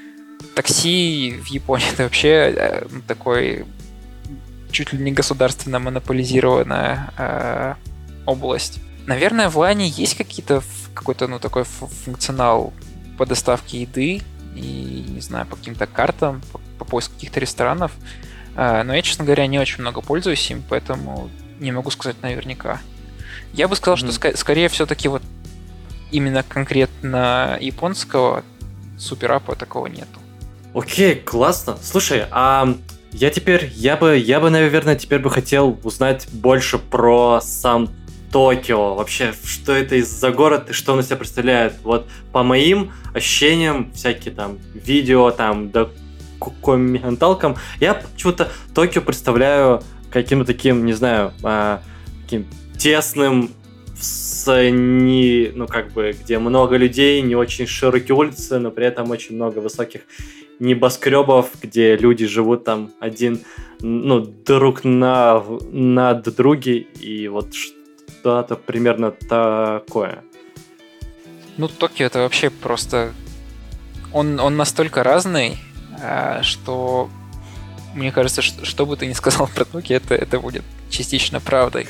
Такси в Японии — это вообще э, такой чуть ли не государственно монополизированная э, область. Наверное, в Лайне есть какие-то какой-то, ну, такой функционал по доставке еды и, не знаю, по каким-то картам, по, по поиску каких-то ресторанов. Но я, честно говоря, не очень много пользуюсь им, поэтому не могу сказать наверняка. Я бы сказал, mm-hmm. что ск- скорее все-таки вот именно конкретно японского суперапа такого нету. Окей, классно. Слушай, а я теперь, я бы, я бы, наверное, теперь бы хотел узнать больше про сам Токио. Вообще, что это за город и что он из себя представляет? Вот по моим ощущениям, всякие там видео, там, документалкам, я почему-то Токио представляю каким-то таким, не знаю, таким тесным, с не, ну, как бы, где много людей, не очень широкие улицы, но при этом очень много высоких небоскребов, где люди живут там один, ну, друг на, над други, и вот что-то примерно такое. Ну, Токио — это вообще просто... Он, он настолько разный, что... Мне кажется, что, что бы ты ни сказал про Токио, это, это будет частично правдой.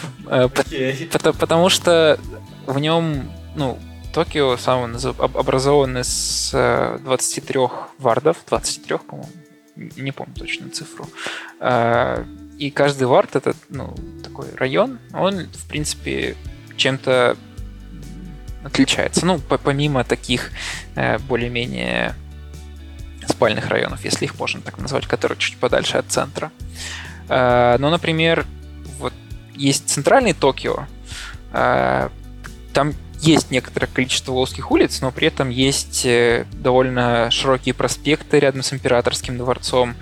Okay. Потому что в нем, ну, Токио сам образован из двадцати трёх вардов, двадцати трёх, по-моему, не помню точно цифру. И каждый вард — это, ну, такой район, он, в принципе, чем-то отличается. Ну, помимо таких более-менее спальных районов, если их можно так назвать, которые чуть подальше от центра. Но, например, вот есть центральный Токио, там есть некоторое количество узких улиц, но при этом есть довольно широкие проспекты рядом с Императорским дворцом.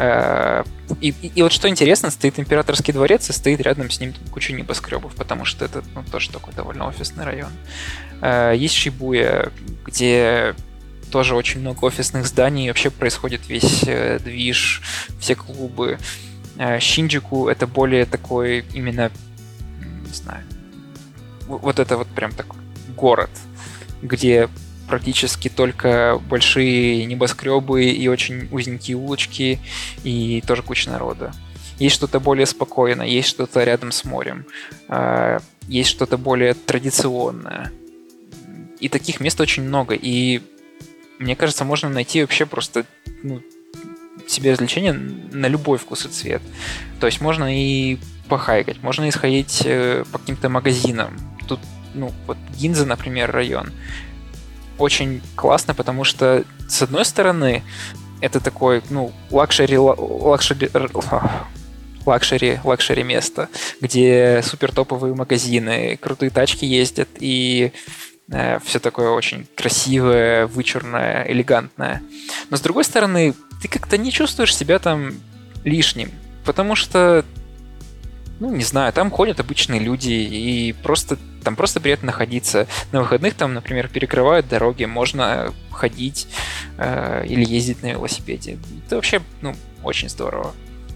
И, и, и вот что интересно, стоит Императорский дворец, и стоит рядом с ним куча небоскребов, потому что это, ну, тоже такой довольно офисный район. Есть Шибуя, где тоже очень много офисных зданий, и вообще происходит весь э, движ, все клубы. Э, Шинджику — это более такой именно, не знаю, вот это вот прям такой город, где практически только большие небоскребы и очень узенькие улочки, и тоже куча народа. Есть что-то более спокойное, есть что-то рядом с морем, э, есть что-то более традиционное. И таких мест очень много, и мне кажется, можно найти вообще просто, ну, себе развлечения на любой вкус и цвет. То есть можно и похайкать, можно и сходить э, по каким-то магазинам. Тут, ну, вот Гинза, например, район. Очень классно, потому что, с одной стороны, это такой, ну, лакшери, лакшери, лакшери, лакшери место, где супер топовые магазины, крутые тачки ездят, и все такое очень красивое, вычурное, элегантное. Но, с другой стороны, ты как-то не чувствуешь себя там лишним, потому что, ну, не знаю, там ходят обычные люди, и просто там просто приятно находиться. На выходных там, например, перекрывают дороги, можно ходить э, или ездить на велосипеде. Это вообще, ну, очень здорово.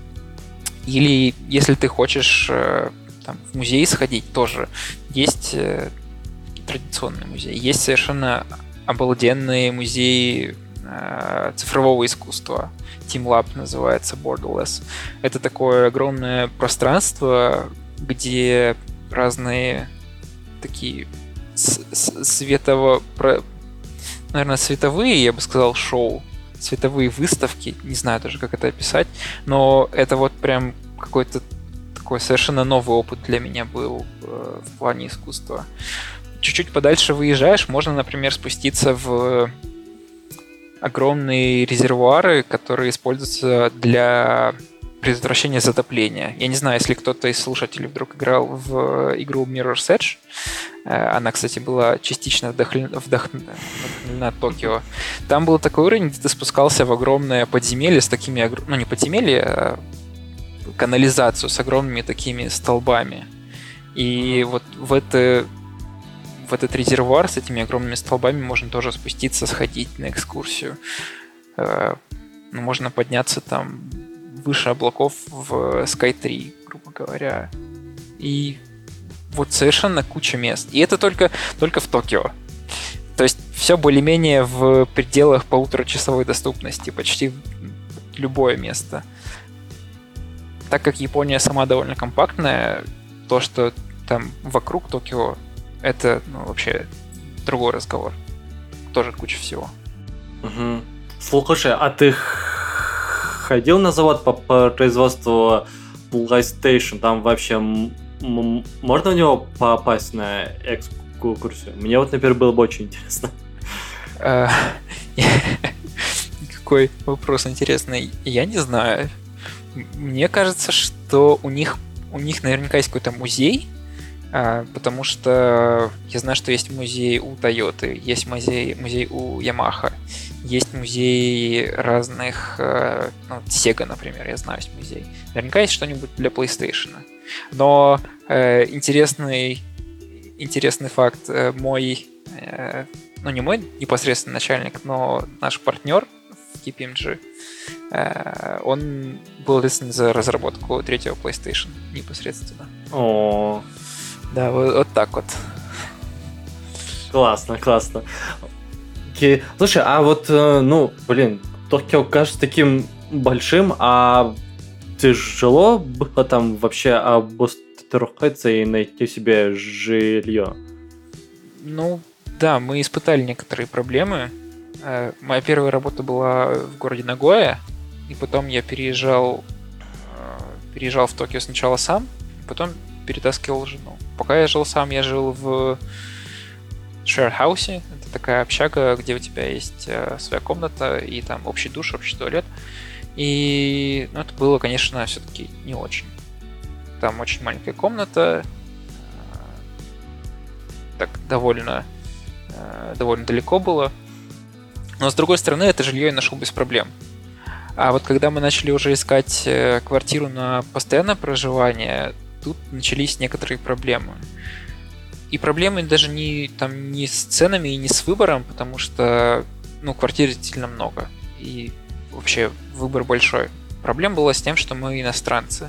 Или если ты хочешь э, там, в музей сходить, тоже есть... Э, традиционный музей. Есть совершенно обалденные музеи э, цифрового искусства. TeamLab называется, Borderless. Это такое огромное пространство, где разные такие светово... наверное, световые, я бы сказал, шоу, световые выставки, не знаю даже, как это описать, но это вот прям какой-то такой совершенно новый опыт для меня был э, в плане искусства. Чуть-чуть подальше выезжаешь, можно, например, спуститься в огромные резервуары, которые используются для предотвращения затопления. Я не знаю, если кто-то из слушателей вдруг играл в игру Mirror's Edge. Она, кстати, была частично вдохновлена, вдохновлена Токио. Там был такой уровень, где ты спускался в огромное подземелье с такими... Ну, не подземелье, а канализацию с огромными такими столбами. И вот в это... в этот резервуар с этими огромными столбами можно тоже спуститься, сходить на экскурсию. Ну, можно подняться там выше облаков в Sky три, грубо говоря. И вот совершенно куча мест. И это только, только в Токио. То есть все более-менее в пределах полуторачасовой доступности. Почти любое место. Так как Япония сама довольно компактная, то, что там вокруг Токио, это, ну, вообще другой разговор. Тоже куча всего. Угу. Слушай, а ты ходил на завод по производству PlayStation? Там вообще м- м- можно в него попасть на экскурсию? Мне вот, например, было бы очень интересно. Какой вопрос интересный. Я не знаю. Мне кажется, что у них, у них наверняка есть какой-то музей, потому что я знаю, что есть музей у Toyota, есть музей, музей у Yamaha, есть музей разных, ну, Sega, например, я знаю, есть музей. Наверняка есть что-нибудь для PlayStation. Но э, интересный, интересный факт, мой, э, ну не мой непосредственный начальник, но наш партнер в кей пи эм джи, э, он был ответственен за разработку третьего PlayStation непосредственно. О. Да, вот, вот так вот. Классно, классно. Окей. Слушай, а вот, ну, блин, Токио кажется таким большим, а тяжело было там вообще обустроиться и найти себе жилье? Ну, да, мы испытали некоторые проблемы. Моя первая работа была в городе Нагоя, и потом я переезжал, переезжал в Токио сначала сам, потом перетаскивал жену. Пока я жил сам, я жил в шер-хаусе. Это такая общага, где у тебя есть своя комната и там общий душ, общий туалет. И, ну, это было, конечно, все-таки не очень. Там очень маленькая комната, так довольно, довольно далеко было. Но, с другой стороны, это жилье я нашел без проблем. А вот когда мы начали уже искать квартиру на постоянное проживание, тут начались некоторые проблемы. И проблемы даже не, там, не с ценами и не с выбором, потому что, ну, квартир действительно много. И вообще выбор большой. Проблема была с тем, что мы иностранцы.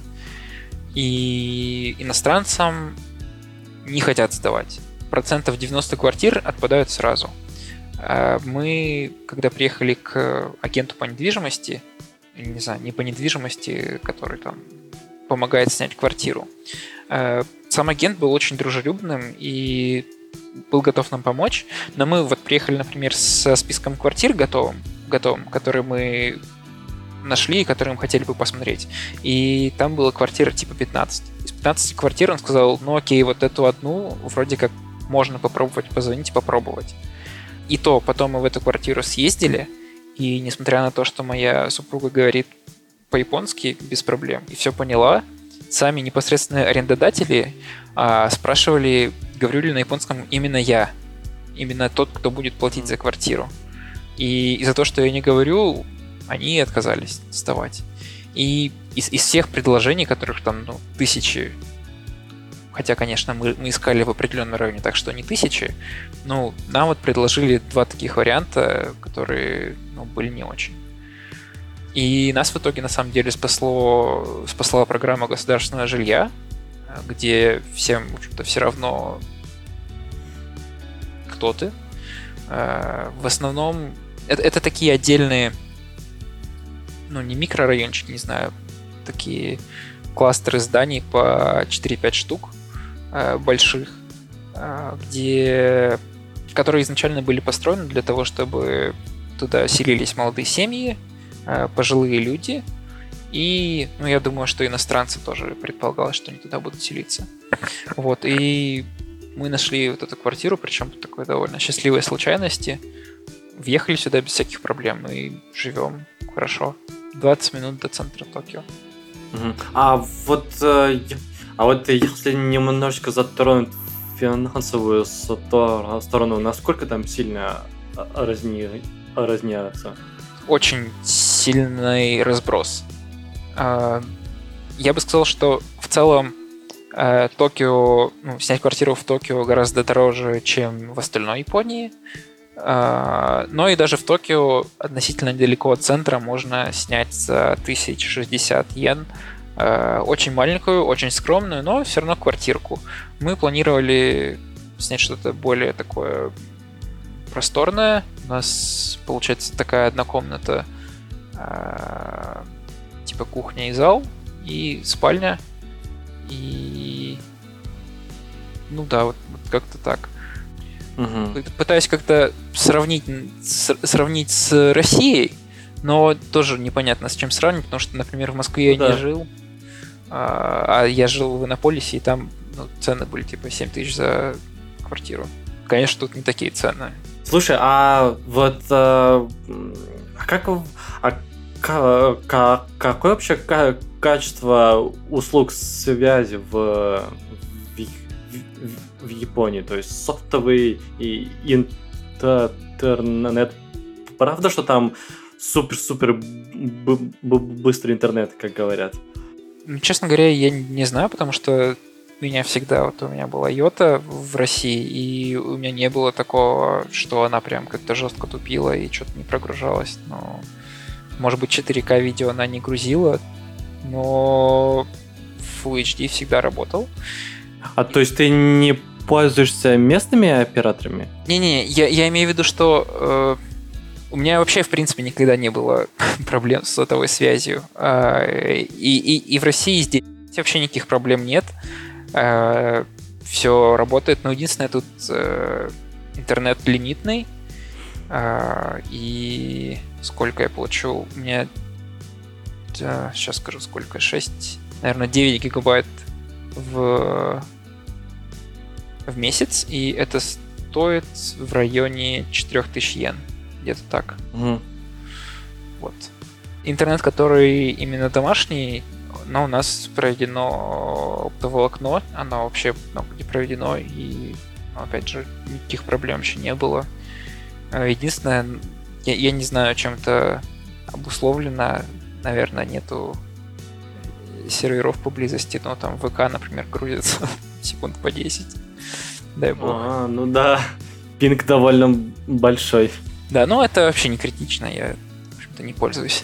И иностранцам не хотят сдавать. Процентов девяносто квартир отпадают сразу. Мы, когда приехали к агенту по недвижимости, не знаю, не по недвижимости, который там помогает снять квартиру, сам агент был очень дружелюбным и был готов нам помочь, но мы вот приехали, например, со списком квартир готовым, готовым, которые мы нашли и которые мы хотели бы посмотреть. И там была квартира типа пятнадцать. Из пятнадцати квартир он сказал, ну окей, вот эту одну вроде как можно попробовать позвонить и попробовать. И то потом мы в эту квартиру съездили, и несмотря на то, что моя супруга говорит по-японски без проблем и все поняла, сами непосредственные арендодатели а, спрашивали, говорю ли на японском именно я, именно тот, кто будет платить за квартиру. И из-за того, что я не говорю, они отказались сдавать. И из, из всех предложений, которых там, ну, тысячи, хотя, конечно, мы, мы искали в определенном районе, так что не тысячи, ну, нам вот предложили два таких варианта, которые, ну, были не очень. И нас в итоге, на самом деле, спасло, спасла программа государственного жилья, где всем, в общем-то, все равно, кто ты. В основном, это, это такие отдельные, ну, не микрорайончики, не знаю, такие кластеры зданий по четыре-пять штук больших, где, которые изначально были построены для того, чтобы туда селились молодые семьи, пожилые люди И, ну, я думаю, что иностранцы тоже предполагалось, что они туда будут селиться. Вот, и мы нашли вот эту квартиру, причем по такой довольно счастливой случайности. Въехали сюда без всяких проблем и живем хорошо. двадцать минут до центра Токио. Мгм. А вот, э, я- а вот если немножечко затронуть финансовую сто- сторону, насколько там сильно а, разни- разнятся? Очень сильный разброс. А, Я бы сказал, что в целом э, Токио, ну, снять квартиру в Токио гораздо дороже, чем в остальной Японии. А, Но и даже в Токио, относительно недалеко от центра, можно снять за тысяча шестьдесят йен э, очень маленькую, очень скромную, но все равно квартирку. Мы планировали снять что-то более такое просторное. У нас получается такая одна комната, э, типа кухня и зал, и спальня. И ну да, вот, вот как-то так. Мгм. Пытаюсь как-то сравнить, с- сравнить с Россией, но тоже непонятно, с чем сравнить, потому что, например, в Москве я Да. не жил, а а я жил в Иннополисе, и там ну, цены были типа семь тысяч за квартиру. Конечно, тут не такие цены. Слушай, а вот э, м, а как в- а ка- ка- какое вообще ка- качество услуг связи в, в, в- в Японии? То есть софтовый и интернет. Правда, что там супер-супер б- б- быстрый интернет, как говорят? Ну, честно говоря, я не знаю, потому что у меня всегда, вот у меня была Йота в России, и у меня не было такого, что она прям как-то жестко тупила и что-то не прогружалось. Но, может быть, четыре ка видео она не грузила, но Full эйч ди всегда работал. А то есть ты не пользуешься местными операторами? Не-не, я, я имею в виду, что э, у меня вообще, в принципе, никогда не было проблем с сотовой связью. А, и, и, и в России здесь вообще никаких проблем нет. А, все работает, но единственное, тут э, интернет лимитный. А, и сколько я получу? У меня, да, сейчас скажу, сколько, шесть, наверное, девять гигабайт в, в месяц, и это стоит в районе четыре тысячи йен, где-то так. Мгм. Вот. Интернет, который именно домашний, но у нас проведено оптоволокно, оно вообще много где проведено, и, ну, опять же, никаких проблем еще не было. А, Единственное, я, я не знаю, чем это обусловлено, наверное, нету серверов поблизости, но там ВК, например, грузится секунд по десять. Дай бог. А, ну да, пинг довольно большой. Да, но это вообще не критично, я, в общем-то, не пользуюсь.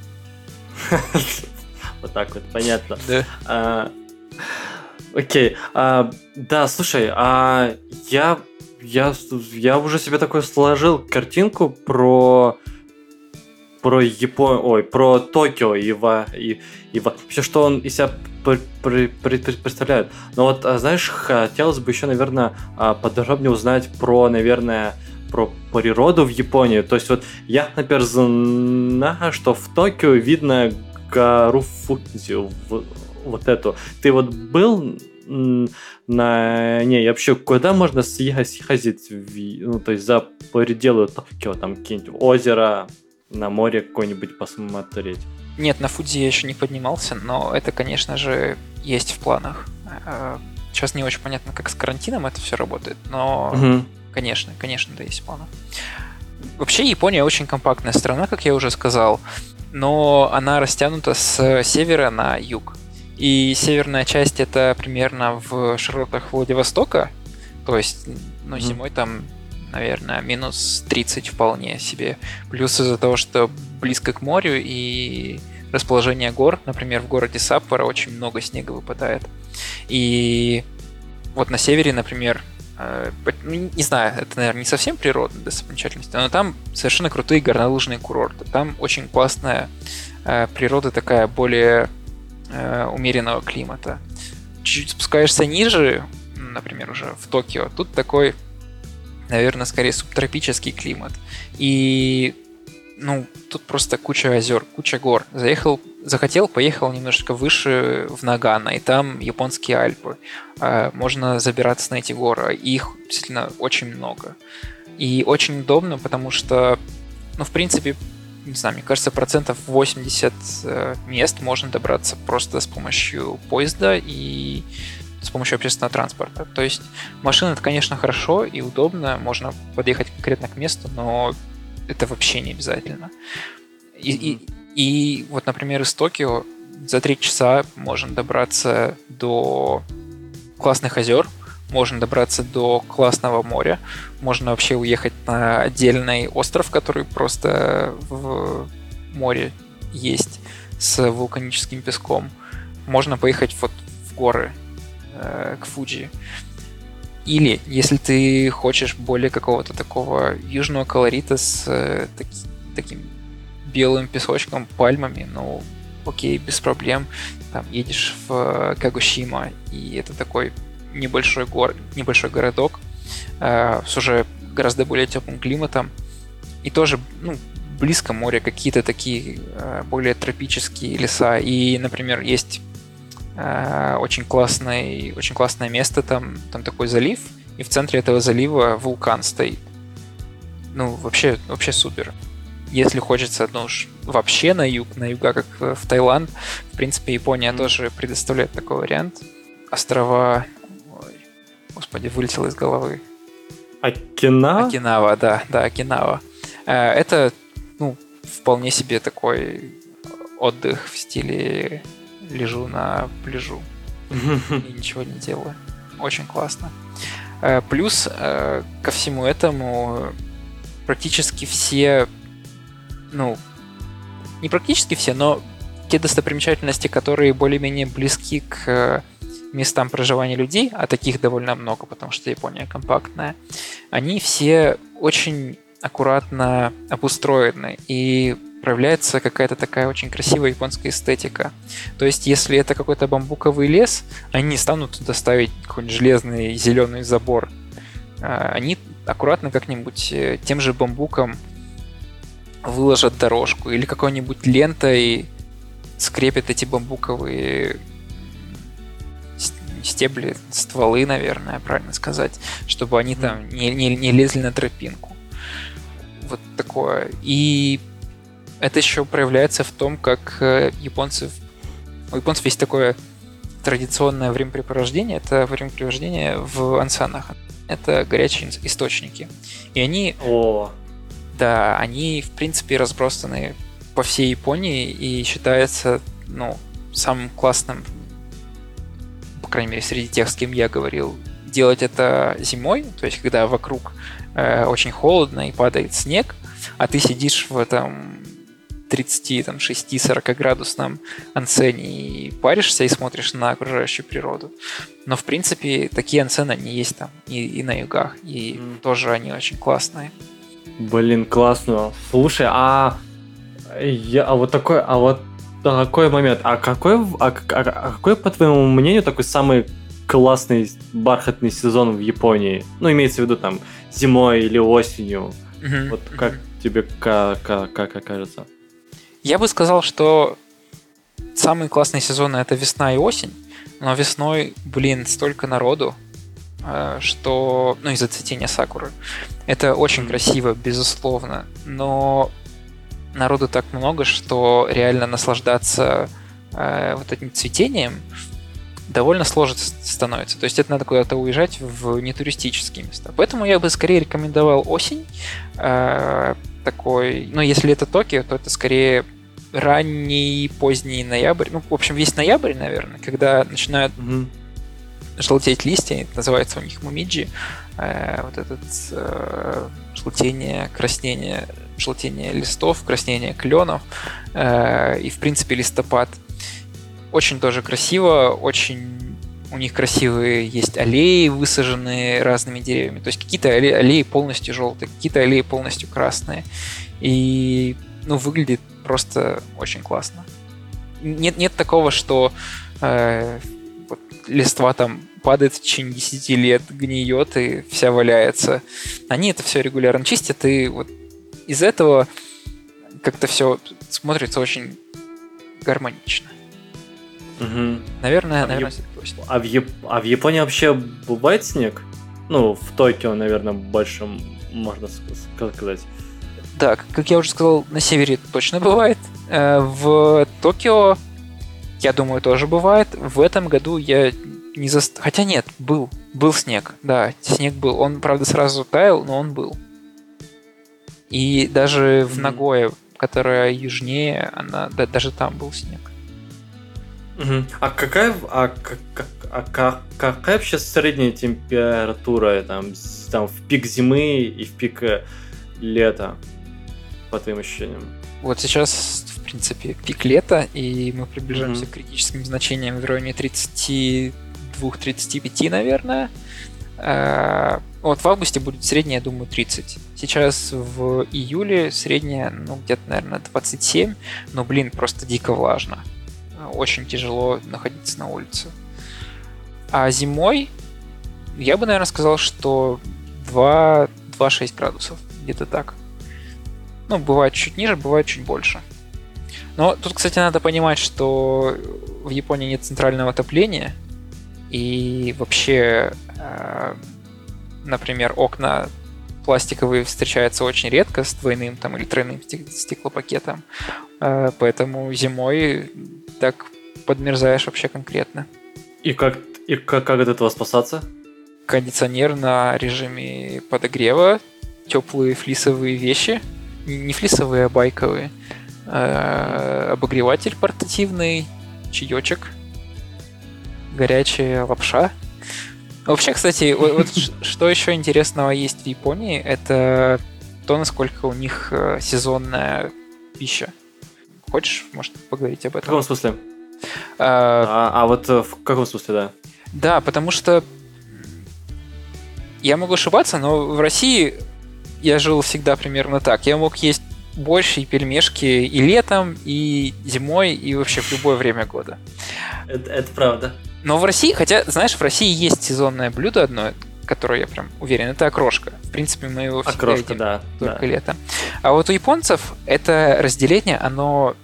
Вот так вот, понятно. Да. А, Окей. А, Да, слушай, а я, я, я уже себе такой сложил картинку про про Япон... Ой, про Токио и, во... и, и вообще, что он из себя пр- пр- пр- представляет. Но вот, а, знаешь, хотелось бы еще, наверное, а, подробнее узнать про, наверное, про природу в Японии. То есть вот я, например, знаю, что в Токио видно гору Фудзи, в- вот эту. Ты вот был м, на ней? Вообще, куда можно съездить, съездить в- ну, то есть за пределы Токио, там какие-нибудь озера, на море какое-нибудь посмотреть? Нет, на Фудзи я еще не поднимался, но это, конечно же, есть в планах. Э, Сейчас не очень понятно, как с карантином это все работает, но, Мгм. конечно, конечно, да, есть в планах. Вообще, Япония очень компактная страна, как я уже сказал, но она растянута с севера на юг. И северная часть это примерно в широтах Владивостока, то есть, ну, Мгм. зимой там, наверное, минус тридцать вполне себе. Плюс из-за того, что близко к морю и расположение гор, например, в городе Саппоро очень много снега выпадает. И вот на севере, например, э, ну, не знаю, это, наверное, не совсем природная достопримечательность, но там совершенно крутые горнолыжные курорты. Там очень классная э, природа, такая более э, умеренного климата. Чуть спускаешься ниже, например, уже в Токио, тут такой, наверное, скорее субтропический климат. И, ну, тут просто куча озер, куча гор. Заехал захотел, поехал немножечко выше в Нагано, и там японские Альпы. Можно забираться на эти горы. Их действительно очень много. И очень удобно, потому что, ну, в принципе, не знаю, мне кажется, процентов восемьдесят мест можно добраться просто с помощью поезда и с помощью общественного транспорта. То есть машина — это, конечно, хорошо и удобно, можно подъехать конкретно к месту, но это вообще не обязательно. И, и, и вот, например, из Токио за три часа можно добраться до классных озер, можно добраться до классного моря, можно вообще уехать на отдельный остров, который просто в море есть, с вулканическим песком. Можно поехать вот в горы, э, к Фуджи. Или, если ты хочешь более какого-то такого южного колорита с э, таки, таким белым песочком, пальмами, ну, окей, без проблем. Там едешь в Кагосима, и это такой небольшой, гор... небольшой городок э, с уже гораздо более теплым климатом. И тоже, ну, близко море, какие-то такие э, более тропические леса. И, например, есть э, очень, классный, очень классное место, там, там такой залив, и в центре этого залива вулкан стоит. Ну, вообще, вообще супер. Если хочется, ну уж вообще на юг, на юга, как в Таиланд, в принципе, Япония mm. тоже предоставляет такой вариант. Острова... Ой, господи, вылетело из головы. Окинава? Окинава, да, да, Окинава. Это, ну, вполне себе такой отдых в стиле лежу на пляжу и ничего не делаю. Очень классно. Плюс ко всему этому практически все, ну, не практически все, но те достопримечательности, которые более-менее близки к местам проживания людей, а таких довольно много, потому что Япония компактная, они все очень аккуратно обустроены, и проявляется какая-то такая очень красивая японская эстетика. То есть, если это какой-то бамбуковый лес, они не станут туда ставить какой-нибудь железный зеленый забор. Они аккуратно как-нибудь тем же бамбуком выложат дорожку или какой-нибудь лентой скрепят эти бамбуковые стебли, стволы, наверное, правильно сказать, чтобы они там не, не, не лезли на тропинку. Вот такое. И это еще проявляется в том, как японцы... У японцев есть такое традиционное времяпрепровождение. Это времяпрепровождение в ансанах. Это горячие источники. И они... О. Да, они, в принципе, разбросаны по всей Японии и считается, ну, самым классным, по крайней мере, среди тех, с кем я говорил, делать это зимой, то есть когда вокруг э, очень холодно и падает снег, а ты сидишь в этом тридцать шесть-сорок градусном ансене и паришься и смотришь на окружающую природу. Но, в принципе, такие ансены, они есть там и, и на югах, и mm. тоже они очень классные. Блин, классно. Слушай, а, я, а вот такой, а вот такой момент, а какой, а, а, а какой, по твоему мнению, такой самый классный бархатный сезон в Японии? Ну, имеется в виду там зимой или осенью. Mm-hmm. Вот как mm-hmm. тебе как, как, как кажется? Я бы сказал, что самые классные сезоны — это весна и осень, но весной, блин, столько народу, что, ну, из-за цветения сакуры. Это очень красиво, безусловно, но народу так много, что реально наслаждаться э, вот этим цветением довольно сложно становится. То есть это надо куда-то уезжать в нетуристические места. Поэтому я бы скорее рекомендовал осень. Э, такой, ну, если это Токио, то это скорее ранний, поздний ноябрь. Ну, в общем, весь ноябрь, наверное, когда начинают mm-hmm. желтеть листья, это называется у них мумиджи, э, вот этот э, желтение, краснение, желтение листов, краснение кленов, э, и, в принципе, листопад. Очень тоже красиво, очень у них красивые есть аллеи, высаженные разными деревьями. То есть какие-то аллеи, аллеи полностью желтые, какие-то аллеи полностью красные. И, ну, выглядит просто очень классно. Нет, нет такого, что э, вот, листва там падает в течение десяти лет, гниет и вся валяется. Они это все регулярно чистят, и вот из этого как-то все смотрится очень гармонично. Угу. Наверное, а, наверное, в Яп... а, в Яп... а в Японии вообще бывает снег? Ну, в Токио, наверное, больше можно сказать. Да, как я уже сказал, на севере точно бывает. В Токио, я думаю, тоже бывает. В этом году я не заст... Хотя нет, был. Был снег. Да, снег был. Он, правда, сразу таял, но он был. И даже mm-hmm. в Нагое, которая южнее, она, да, даже там был снег. Mm-hmm. А какая, а, как, а, а, какая вообще средняя температура там, там в пик зимы и в пик лета, по твоим ощущениям? Вот сейчас, в принципе, пик лета, и мы приближаемся mm-hmm. к критическим значениям в районе тридцать два тридцать пять, наверное. Вот в августе будет средняя, я думаю, тридцать. Сейчас в июле средняя, ну, где-то, наверное, двадцать семь. Но, блин, просто дико влажно. Очень тяжело находиться на улице. А зимой я бы, наверное, сказал, что два шесть градусов. Где-то так. Ну, бывает чуть ниже, бывает чуть больше. Но тут, кстати, надо понимать, что в Японии нет центрального отопления. И вообще, э, например, окна пластиковые встречаются очень редко с двойным там, или тройным стеклопакетом. Э, поэтому зимой так подмерзаешь вообще конкретно. И как, и как, как от этого спасаться? Кондиционер на режиме подогрева, теплые флисовые вещи. Не флисовые, а байковые. Э, обогреватель портативный, чаечек. Горячая лапша. Вообще, кстати, вот, вот что еще интересного есть в Японии, это то, насколько у них сезонная пища. Хочешь, может, поговорить об этом? В каком смысле? А, а, а вот в каком смысле, да? Да, потому что я могу ошибаться, но в России я жил всегда примерно так. Я мог есть борщ и пельмешки и летом, и зимой, и вообще в любое время года. Это, это правда. Но в России, хотя, знаешь, в России есть сезонное блюдо одно, которое я прям уверен, это окрошка. В принципе, мы его всегда окрошка, едим да, только да. летом. А вот у японцев это разделение, оно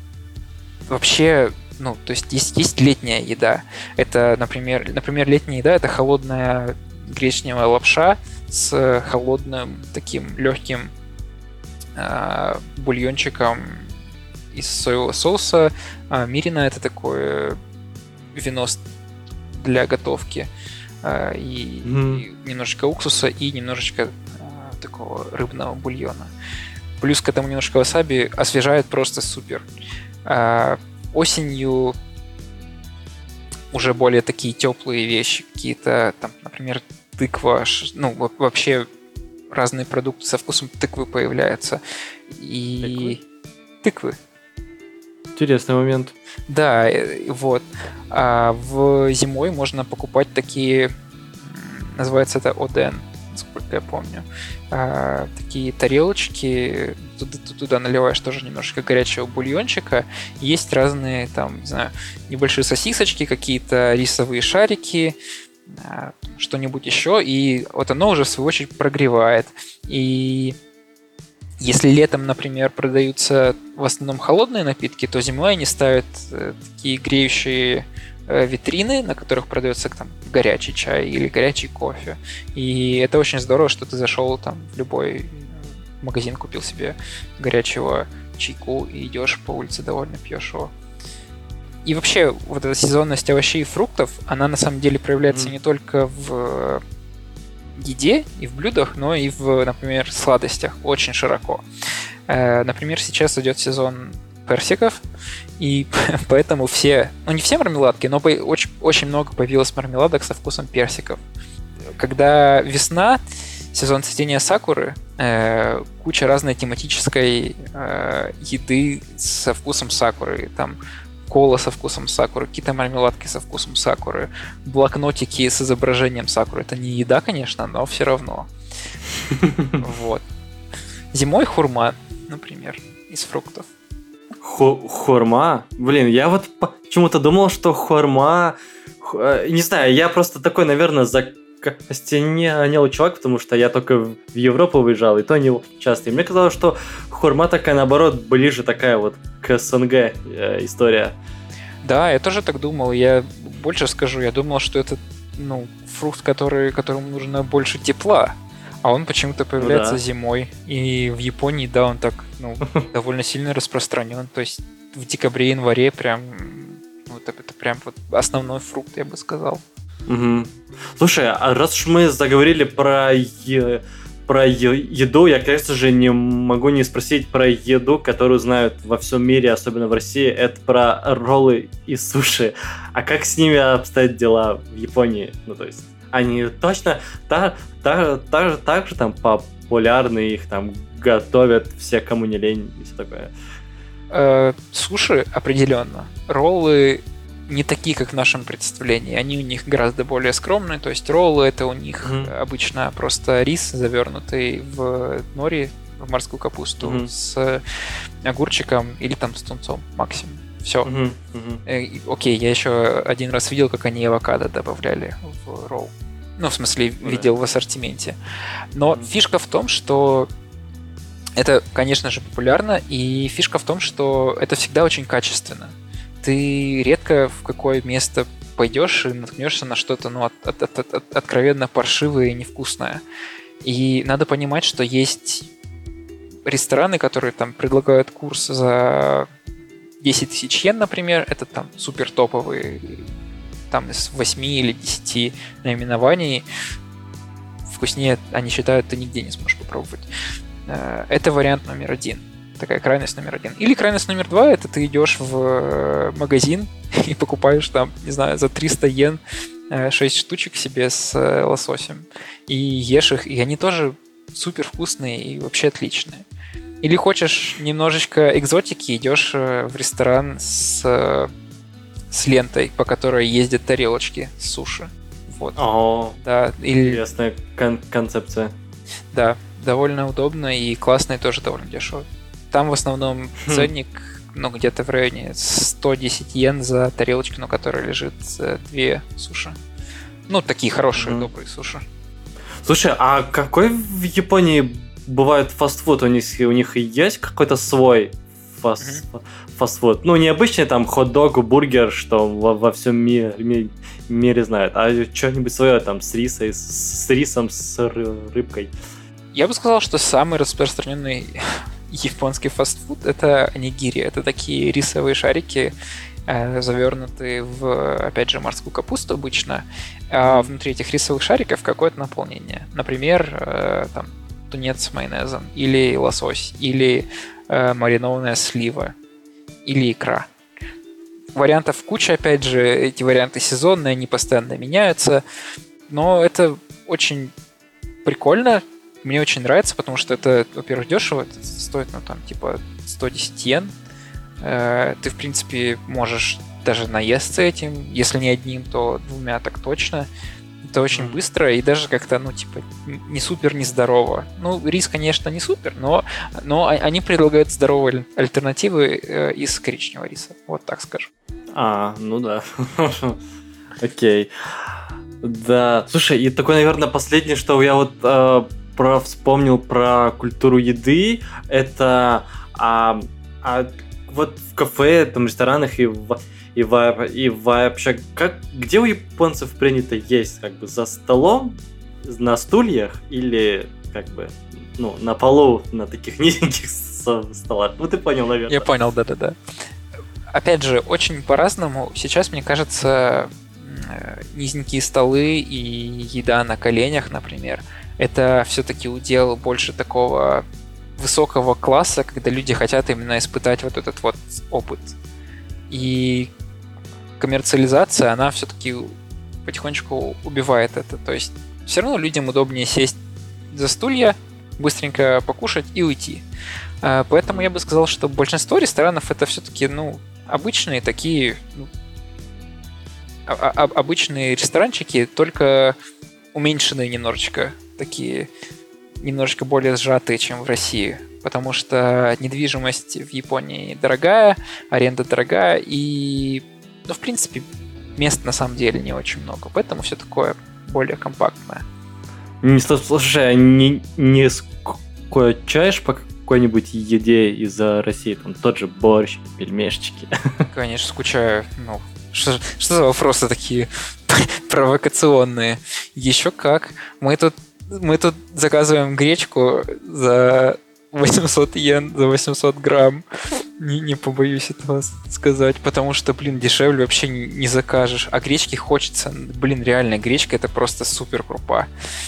вообще, ну, то есть есть, есть летняя еда. Это, например, например, летняя еда — это холодная гречневая лапша с холодным таким легким э, бульончиком из соевого соуса. А мирина — это такое вино для готовки, э, и, mm. и немножечко уксуса и немножечко э, такого рыбного бульона. Плюс к этому немножко васаби освежает просто супер. Э, осенью уже более такие теплые вещи, какие-то там, например, тыква, ну вообще разные продукты со вкусом тыквы появляются. И тыквы. тыквы. Интересный момент. Да, вот. А в зимой можно покупать такие, называется это оден, насколько я помню. А, такие тарелочки, туда, туда наливаешь тоже немножко горячего бульончика. Есть разные там, не знаю, небольшие сосисочки, какие-то рисовые шарики, что-нибудь еще, и вот оно уже в свою очередь прогревает. И если летом, например, продаются в основном холодные напитки, то зимой они ставят э, такие греющие э, витрины, на которых продается там горячий чай или горячий кофе. И это очень здорово, что ты зашел там в любой магазин, купил себе горячего чайку и идешь по улице довольно пьешь его. И вообще, вот эта сезонность овощей и фруктов, она на самом деле проявляется mm. не только в еде и в блюдах, но и в, например, сладостях очень широко. Например, сейчас идет сезон персиков, и поэтому все, ну не все мармеладки, но очень, очень много появилось мармеладок со вкусом персиков. Когда весна, сезон цветения сакуры, куча разной тематической еды со вкусом сакуры, там кола со вкусом сакуры, какие-то мармеладки со вкусом сакуры, блокнотики с изображением сакуры. Это не еда, конечно, но все равно. Вот. Зимой хурма, например, из фруктов. Хурма? Блин, я вот почему-то думал, что хурма... Не знаю, я просто такой, наверное, костенел человек, потому что я только в Европу выезжал, и то не часто. И мне казалось, что хурма такая, наоборот, ближе такая вот к СНГ э, история. Да, я тоже так думал. Я больше скажу, я думал, что это ну, фрукт, который, которому нужно больше тепла, а он почему-то появляется ну, да. зимой. И в Японии, да, он так ну, довольно сильно распространен. То есть в декабре-январе прям ну, это, это прям вот основной фрукт, я бы сказал. Угу. Слушай, а раз уж мы заговорили про, е... про е... еду, я, конечно же, не могу не спросить про еду, которую знают во всем мире, особенно в России. Это про роллы и суши. А как с ними обстоят дела в Японии? Ну, то есть, они точно так, так, так, так же там популярны, их там готовят все, кому не лень и все такое? Э, суши определенно. Роллы не такие, как в нашем представлении. Они у них гораздо более скромные. То есть роллы — это у них mm-hmm. обычно просто рис, завернутый в нори, в морскую капусту mm-hmm. с огурчиком или там с тунцом максимум. Все. Mm-hmm. Mm-hmm. Окей, я еще один раз видел, как они авокадо добавляли в ролл. Ну, в смысле, mm-hmm. видел в ассортименте. Но mm-hmm. фишка в том, что это, конечно же, популярно, и фишка в том, что это всегда очень качественно. Ты редко в какое место пойдешь и наткнешься на что-то ну, от, от, от, от, откровенно паршивое и невкусное. И надо понимать, что есть рестораны, которые там предлагают курс за десять тысяч йен, например. Это там супер топовые, там из восьми или десяти наименований. Вкуснее, они считают, ты нигде не сможешь попробовать. Это вариант номер один. Такая крайность номер один. Или крайность номер два — это ты идешь в магазин и покупаешь там, не знаю, за триста йен шесть штучек себе с лососем и ешь их, и они тоже супер вкусные и вообще отличные. Или хочешь немножечко экзотики, идешь в ресторан с, с лентой, по которой ездят тарелочки с суши. Вот. О, да, или... интересная кон- концепция. Да, довольно удобно и классно, и тоже довольно дешево. Там в основном ценник, ну, где-то в районе сто десять йен за тарелочку, на которой лежит две суши. Ну, такие хорошие, mm-hmm. добрые суши. Слушай, а какой в Японии бывает фастфуд? У них, у них есть какой-то свой фаст, mm-hmm. фастфуд? Ну, не обычный там хот-дог, бургер, что во, во всем мире, мире, мире знают, а что-нибудь свое там с рисом, с, с рисом, с рыбкой. Я бы сказал, что самый распространенный японский фастфуд — это онигири. Это такие рисовые шарики, э, завернутые в, опять же, морскую капусту обычно. А внутри этих рисовых шариков какое-то наполнение. Например, э, там, тунец с майонезом, или лосось, или э, маринованная слива, или икра. Вариантов куча, опять же, эти варианты сезонные, они постоянно меняются. Но это очень прикольно. Мне очень нравится, потому что это, во-первых, дешево, это стоит, ну, там, типа, сто десять йен. Э, ты, в принципе, можешь даже наесться этим, если не одним, то двумя так точно. Это очень mm. быстро и даже как-то, ну, типа, не супер нездорово. Ну, рис, конечно, не супер, но, но они предлагают здоровые альтернативы э, из коричневого риса. Вот так скажу. А, ну да. Окей. Да. Слушай, и такое, наверное, последнее, что я вот... Про, вспомнил про культуру еды, это а, а, вот в кафе, там, ресторанах и, в, и, в, и вообще, как, где у японцев принято есть, как бы за столом, на стульях или как бы ну, на полу, на таких низеньких столах? Ну ты понял, наверное. Я понял, да-да-да. Опять же, очень по-разному. Сейчас, мне кажется, низенькие столы и еда на коленях, например, это все-таки удел больше такого высокого класса, когда люди хотят именно испытать вот этот вот опыт. И коммерциализация, она все-таки потихонечку убивает это. То есть все равно людям удобнее сесть за стулья, быстренько покушать и уйти. Поэтому я бы сказал, что большинство ресторанов это все-таки ну, обычные такие ну, обычные ресторанчики, только уменьшенные немножечко, такие немножечко более сжатые, чем в России, потому что недвижимость в Японии дорогая, аренда дорогая, и, ну, в принципе, мест на самом деле не очень много, поэтому все такое более компактная. Не, слушай, а не, не скучаешь по какой-нибудь еде из России? Там тот же борщ, пельмешечки. Конечно, скучаю. Ну, что, что за вопросы такие провокационные? Еще как. Мы тут, мы тут заказываем гречку за восемьсот йен, за восемьсот грамм. Не, не побоюсь этого сказать, потому что, блин, дешевле вообще не, не закажешь. А гречки хочется. Блин, реально, гречка — это просто супер крупа.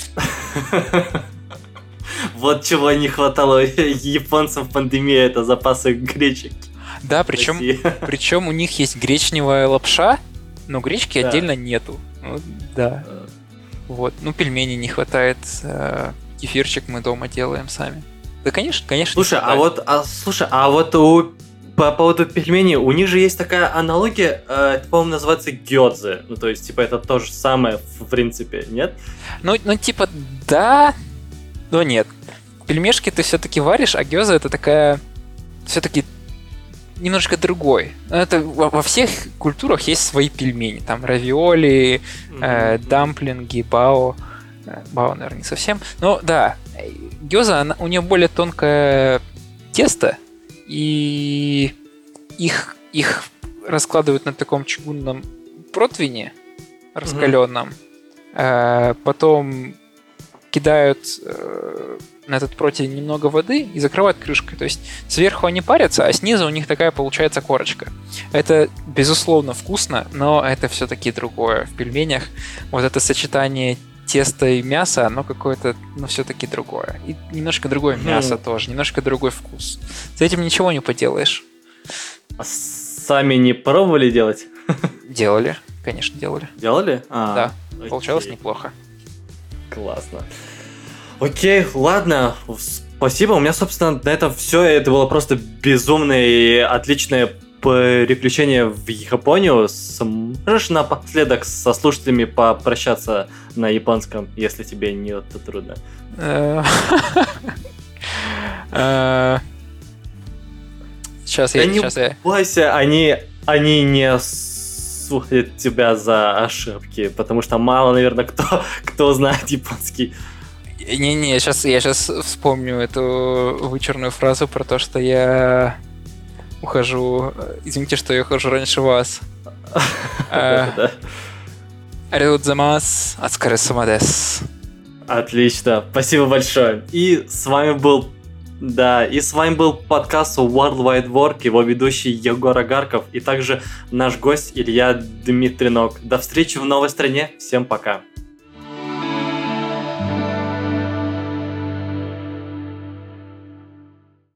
Вот чего не хватало японцам в пандемии, это запасы гречек. Да, причем, причем у них есть гречневая лапша, но гречки да. отдельно нету. Вот, да. Вот. Ну, пельмени не хватает. Кефирчик мы дома делаем сами. Да, конечно, конечно. Слушай, а вот, а, слушай, а вот у, по поводу пельменей, у них же есть такая аналогия, э, это, по-моему, называется гёдзе. Ну, то есть, типа, это то же самое, в принципе, нет? Ну, ну типа, да, но нет. Пельмешки ты все-таки варишь, а гёдзе это такая, все-таки немножко другой. Это во, во всех культурах есть свои пельмени. Там равиоли, mm-hmm. э, дамплинги, бао. Бао, наверное, не совсем. Но да, гёза, она, у нее более тонкое тесто, и их, их раскладывают на таком чугунном противне раскаленном. Mm-hmm. Потом кидают на этот противень немного воды и закрывают крышкой. То есть сверху они парятся, а снизу у них такая получается корочка. Это, безусловно, вкусно, но это все-таки другое. В пельменях вот это сочетание тесто и мясо, оно какое-то, ну, все-таки другое. И немножко другое мясо mm. тоже, немножко другой вкус. С этим ничего не поделаешь. А сами не пробовали делать? Делали, конечно, делали. Делали? А, да, окей. Получалось неплохо. Классно. Окей, ладно, спасибо. У меня, собственно, на этом все. Это было просто безумное и отличное приключение в Японию. Сможешь напоследок со слушателями попрощаться на японском, если тебе не это трудно? Сейчас я... Не бойся, они, они не судят тебя за ошибки, потому что мало, наверное, кто, кто знает японский. Не-не, сейчас, я сейчас вспомню эту вычурную фразу про то, что я ухожу... Извините, что я ухожу раньше вас. Аригато гозаимасу, оцукаре-сама десу. Отлично, спасибо большое. И с вами был... Да, и с вами был подкаст World Wide Work, его ведущий Егор Агарков, и также наш гость Илья Дмитринок. До встречи в новой стране. Всем пока.